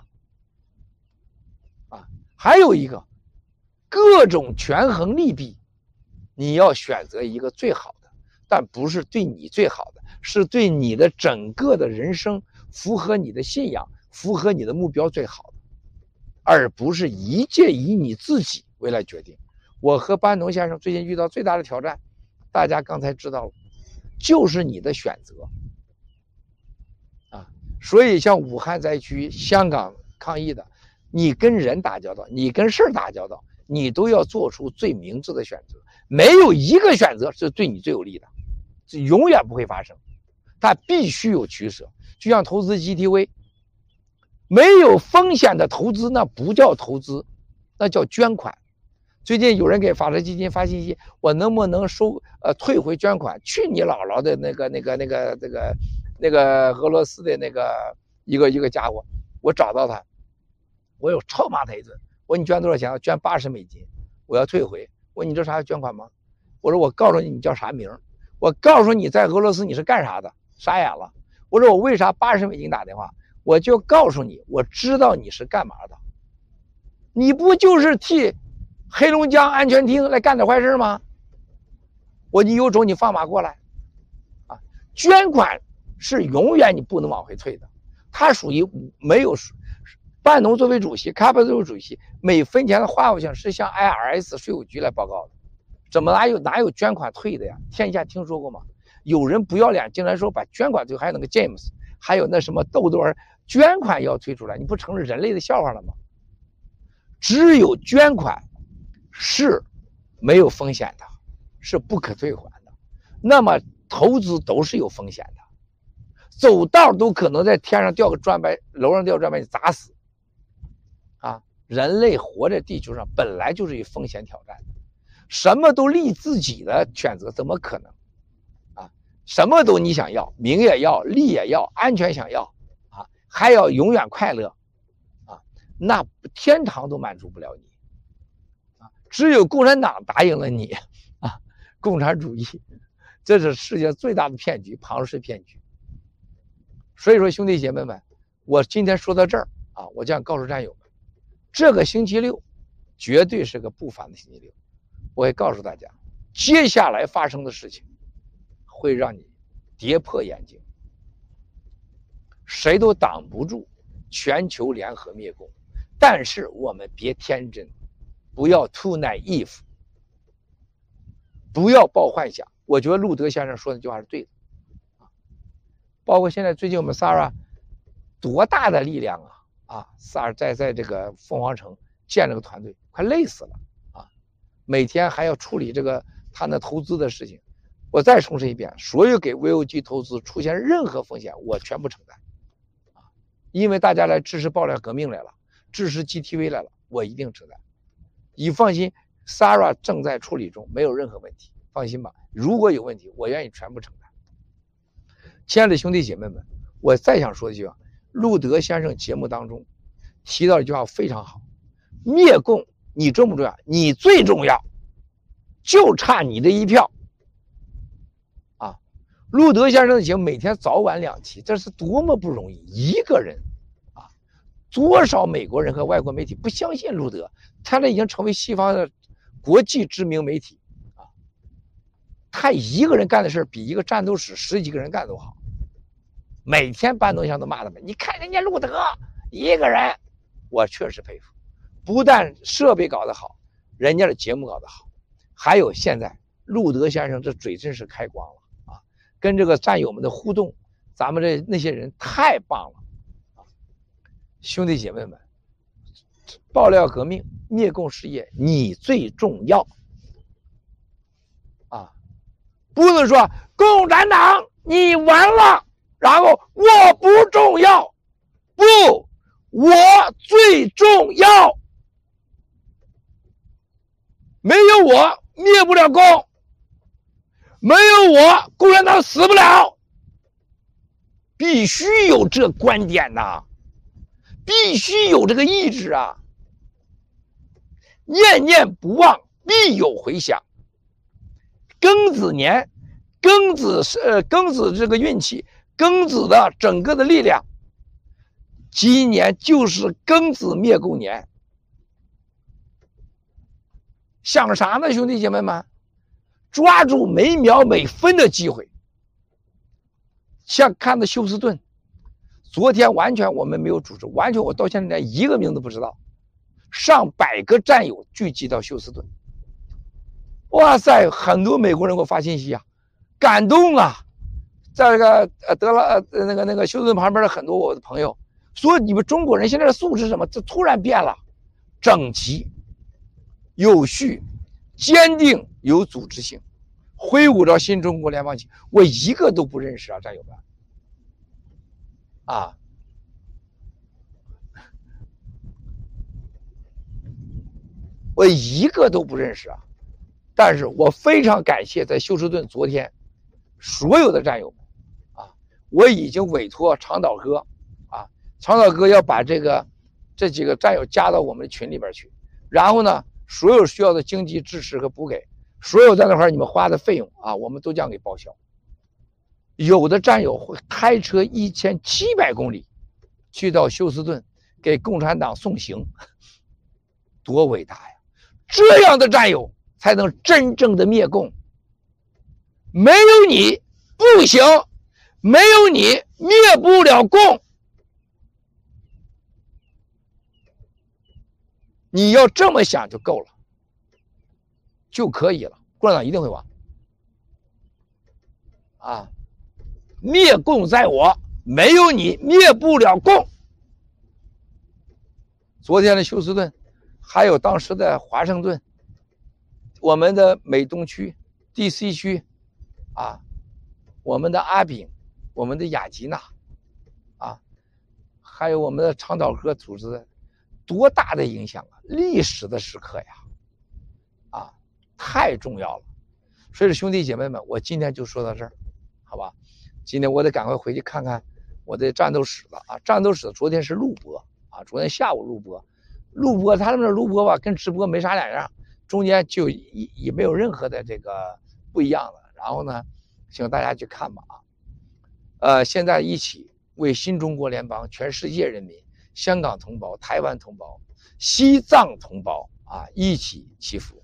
啊！还有一个，各种权衡利弊，你要选择一个最好的，但不是对你最好的，是对你的整个的人生符合你的信仰、符合你的目标最好的。而不是一切以你自己为来决定。我和班农先生最近遇到最大的挑战，大家刚才知道了，就是你的选择啊。所以像武汉灾区、香港抗疫的，你跟人打交道，你跟事儿打交道，你都要做出最明智的选择。没有一个选择是对你最有利的，这永远不会发生，它必须有取舍。就像投资 GTV。没有风险的投资，那不叫投资，那叫捐款。最近有人给法治基金发信息，我能不能退回捐款？去你姥姥的那个俄罗斯的那个一个家伙，我找到他，我有臭骂他一顿。我说你捐多少钱？捐80美金，我要退回。我说你知道啥叫捐款吗？我说我告诉你你叫啥名？我告诉你在俄罗斯你是干啥的？傻眼了。我说我为啥80美金打电话？我就告诉你，我知道你是干嘛的，你不就是替黑龙江安全厅来干点坏事吗？你有种你放马过来啊！捐款是永远你不能往回退的，它属于没有班农作为主席，卡巴作为主席，每分钱的花费是向 IRS 税务局来报告的，怎么哪有捐款退的呀？天下听说过吗？有人不要脸，竟然说把捐款退，还有那个 James， 还有那什么豆豆儿。捐款要推出来，你不成了人类的笑话了吗？只有捐款是没有风险的，是不可退还的。那么投资都是有风险的，走道都可能在天上掉个砖板，楼上掉砖板你砸死啊！人类活在地球上本来就是有风险挑战的，什么都利自己的选择怎么可能啊？什么都你想要，名也要，利也要，安全想要。还要永远快乐啊，那天堂都满足不了你啊！只有共产党答应了你啊，共产主义，这是世界最大的骗局，庞氏骗局。所以说，兄弟姐妹们，我今天说到这儿啊，我将告诉战友们，这个星期六绝对是个不凡的星期六。我也告诉大家，接下来发生的事情会让你跌破眼镜。谁都挡不住全球联合灭共，但是我们别天真，不要 too naive， 不要抱幻想。我觉得路德先生说的句话是对的，包括现在最近我们 Sarah 多大的力量啊！Sarah 在这个凤凰城建了个团队，快累死了啊！每天还要处理这个他那投资的事情。我再重申一遍，所有给 VOG 投资出现任何风险，我全部承担。因为大家来支持爆料革命来了，支持 GTV 来了，我一定承担。你放心 ，Sarah 正在处理中，没有任何问题，放心吧。如果有问题，我愿意全部承担。亲爱的兄弟姐妹们，我再想说一句话，路德先生节目当中提到一句话非常好：灭共你重不重要？你最重要，就差你这一票。路德先生的节目每天早晚2期，这是多么不容易！一个人啊，多少美国人和外国媒体不相信路德，他这已经成为西方的国际知名媒体啊。他一个人干的事比一个战斗室10几个人干都好每天搬东西都骂他们。你看人家路德一个人，我确实佩服，不但设备搞得好，人家的节目搞得好，还有现在路德先生这嘴真是开光了啊！跟这个战友们的互动，咱们那些人太棒了啊！兄弟姐妹们，爆料革命、灭共事业，你最重要啊！不能说共产党你完了，然后我不重要，不，我最重要。没有我灭不了共，没有我共产党死不了。必须有这观点呐，必须有这个意志啊！念念不忘，必有回响。庚子年，庚子这个运气，庚子的整个的力量，今年就是庚子灭共年。想啥呢，兄弟姐妹们？抓住每秒每分的机会。像看的休斯顿，昨天完全我们没有组织，完全我到现在连一个名字不知道。上百个战友聚集到休斯顿，哇塞，很多美国人给我发信息啊，感动啊！在这个那个休斯顿旁边的很多我的朋友说，你们中国人现在的素质什么？这突然变了，整齐、有序、坚定、有组织性，挥舞着新中国联邦旗，我一个都不认识啊，战友们啊！我一个都不认识啊，但是我非常感谢在休斯顿昨天所有的战友们啊，我已经委托长岛哥啊，长岛哥要把这几个战友加到我们的群里边去，然后呢，所有需要的经济支持和补给，所有在那块你们花的费用啊，我们都将给报销。有的战友会开车1700公里去到休斯顿给共产党送行，多伟大呀！这样的战友才能真正的灭共。没有你不行，没有你灭不了共。你要这么想就够了，就可以了。共产党一定会亡啊！灭共在我，没有你灭不了共。昨天的休斯顿，还有当时的华盛顿，我们的美东区、DC 区，啊，我们的阿炳，我们的雅吉娜，啊，还有我们的长岛哥组织的，多大的影响啊！历史的时刻呀，啊，太重要了。所以说，兄弟姐妹们，我今天就说到这儿，好吧？今天我得赶快回去看看我的战斗史了啊！战斗史昨天是录播啊，昨天下午录播，他们的录播吧，跟直播没啥两样，中间就也没有任何的这个不一样的。然后呢，请大家去看吧啊！现在一起为新中国联邦、全世界人民、香港同胞、台湾同胞、西藏同胞啊，一起祈福。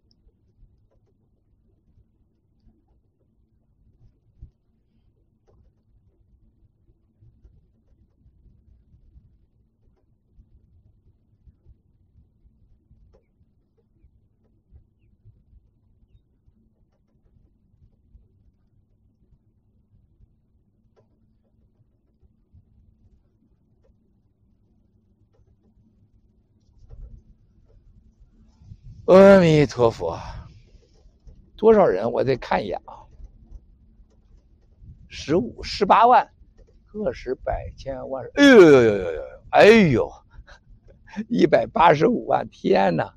阿弥陀佛，多少人？我得看一眼啊。15、18万，个十百千万，哎呦，185万，天哪！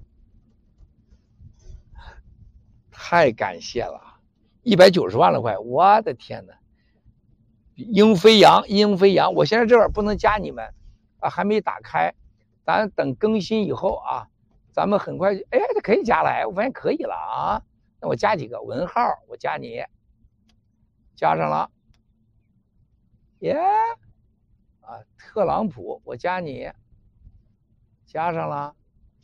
太感谢了，190万了快，我的天哪！鹰飞扬，我现在这会儿不能加你们啊，还没打开，咱等更新以后啊。咱们很快，哎，这可以加了，哎，我发现可以了啊。那我加几个文号，我加你，加上了，耶，啊，特朗普，我加你，加上了，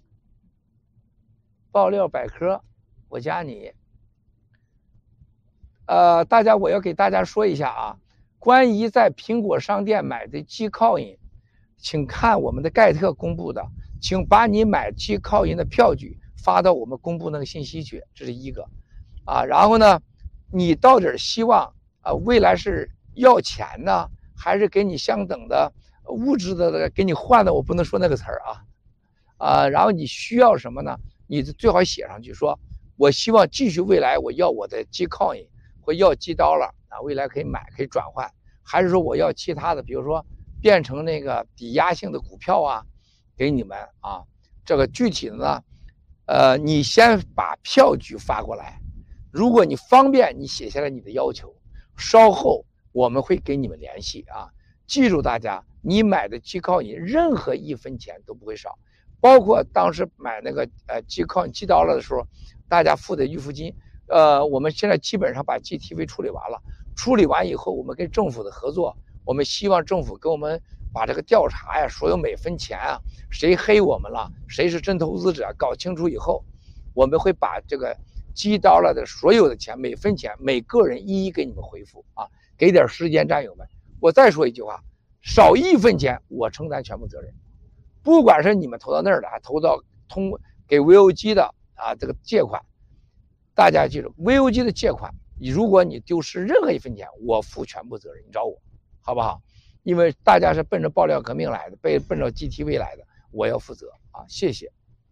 爆料百科，我加你。大家，我要给大家说一下啊， 关于在苹果商店买的 Gcoin， 请看我们的盖特公布的，请把你买 Gcoin 的票据发到我们公布那个信息去，这是一个啊。然后呢，你到底希望未来是要钱呢，还是给你相等的物质的给你换的？我不能说那个词儿然后你需要什么呢？你最好写上去说，我希望继续未来我要我的 Gcoin 或要$未来可以买可以转换，还是说我要其他的，比如说变成那个抵押性的股票给你们这个具体的呢，你先把票据发过来，如果你方便，你写下来你的要求，稍后我们会给你们联系记住大家，你买的Gcoin任何1分钱都不会少，包括当时买那个Gcoin $的时候，大家付的预付金，我们现在基本上把 GTV 处理完了。处理完以后，我们跟政府的合作，我们希望政府给我们把这个调查所有每分钱谁黑我们了，谁是真投资者，搞清楚以后，我们会把这个$的所有的钱，每分钱，每个人一一给你们回复给点时间，战友们。我再说一句话，少1分钱，我承担全部责任。不管是你们投到那儿的，还投到给 VOG 的这个借款，大家记住 ，VOG 的借款。如果你丢失任何1分钱，我负全部责任，你找我，好不好？因为大家是奔着爆料革命来的，奔着 GTV 来的，我要负责谢谢。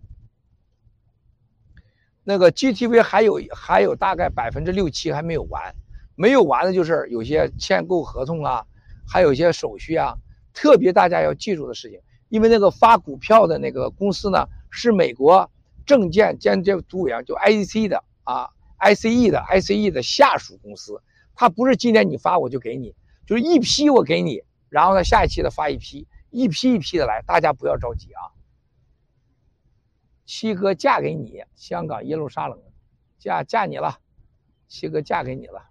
那个 GTV 还有大概6%、7%还没有完，没有完的就是有些签购合同还有一些手续特别大家要记住的事情，因为那个发股票的那个公司呢，是美国证监督委员就 ICE 的ICE 的下属公司，它不是今年你发我就给你，就是一批我给你，然后呢下一期的发一批，一批一批的来，大家不要着急七哥嫁给你，香港耶路撒冷，嫁你了，七哥嫁给你了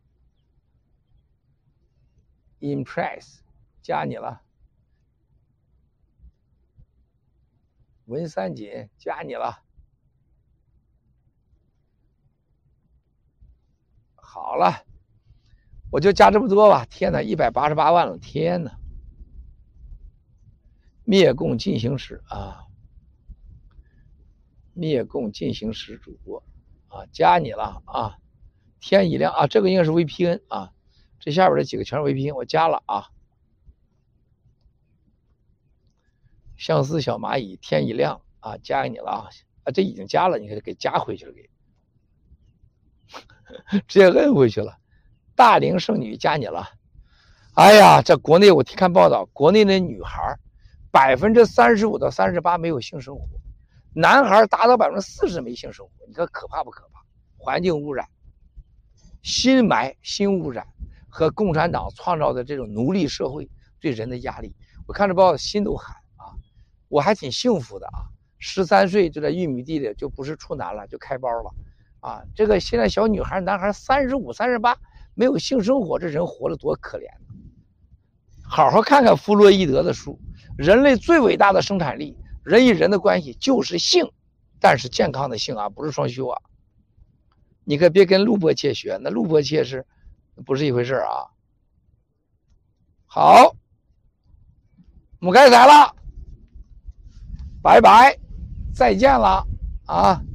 ，Impress 嫁你了，文三锦嫁你了。好了，我就加这么多吧。天哪，188万了！天哪，灭共进行时灭共进行时主播加你了天一亮这个应该是 VPN 这下边这几个全是 VPN， 我加了相思小蚂蚁，天一亮加给你了这已经加了，你给加回去了直接摁回去了。大龄剩女加你了。哎呀，这国内我看报道，国内的女孩35%到38%没有性生活，男孩达到40%没性生活，你看可怕不可怕？环境污染、新污染和共产党创造的这种奴隶社会对人的压力，我看这报道心都寒我还挺幸福的13岁就在玉米地里就不是处男了，就开包了这个现在小女孩男孩35、38没有性生活，这人活得多可怜好好看看弗洛伊德的书，人类最伟大的生产力，人与人的关系就是性，但是健康的性不是双修你可别跟陆伯切学，那陆伯切是不是一回事好，我们该宰了，拜拜，再见了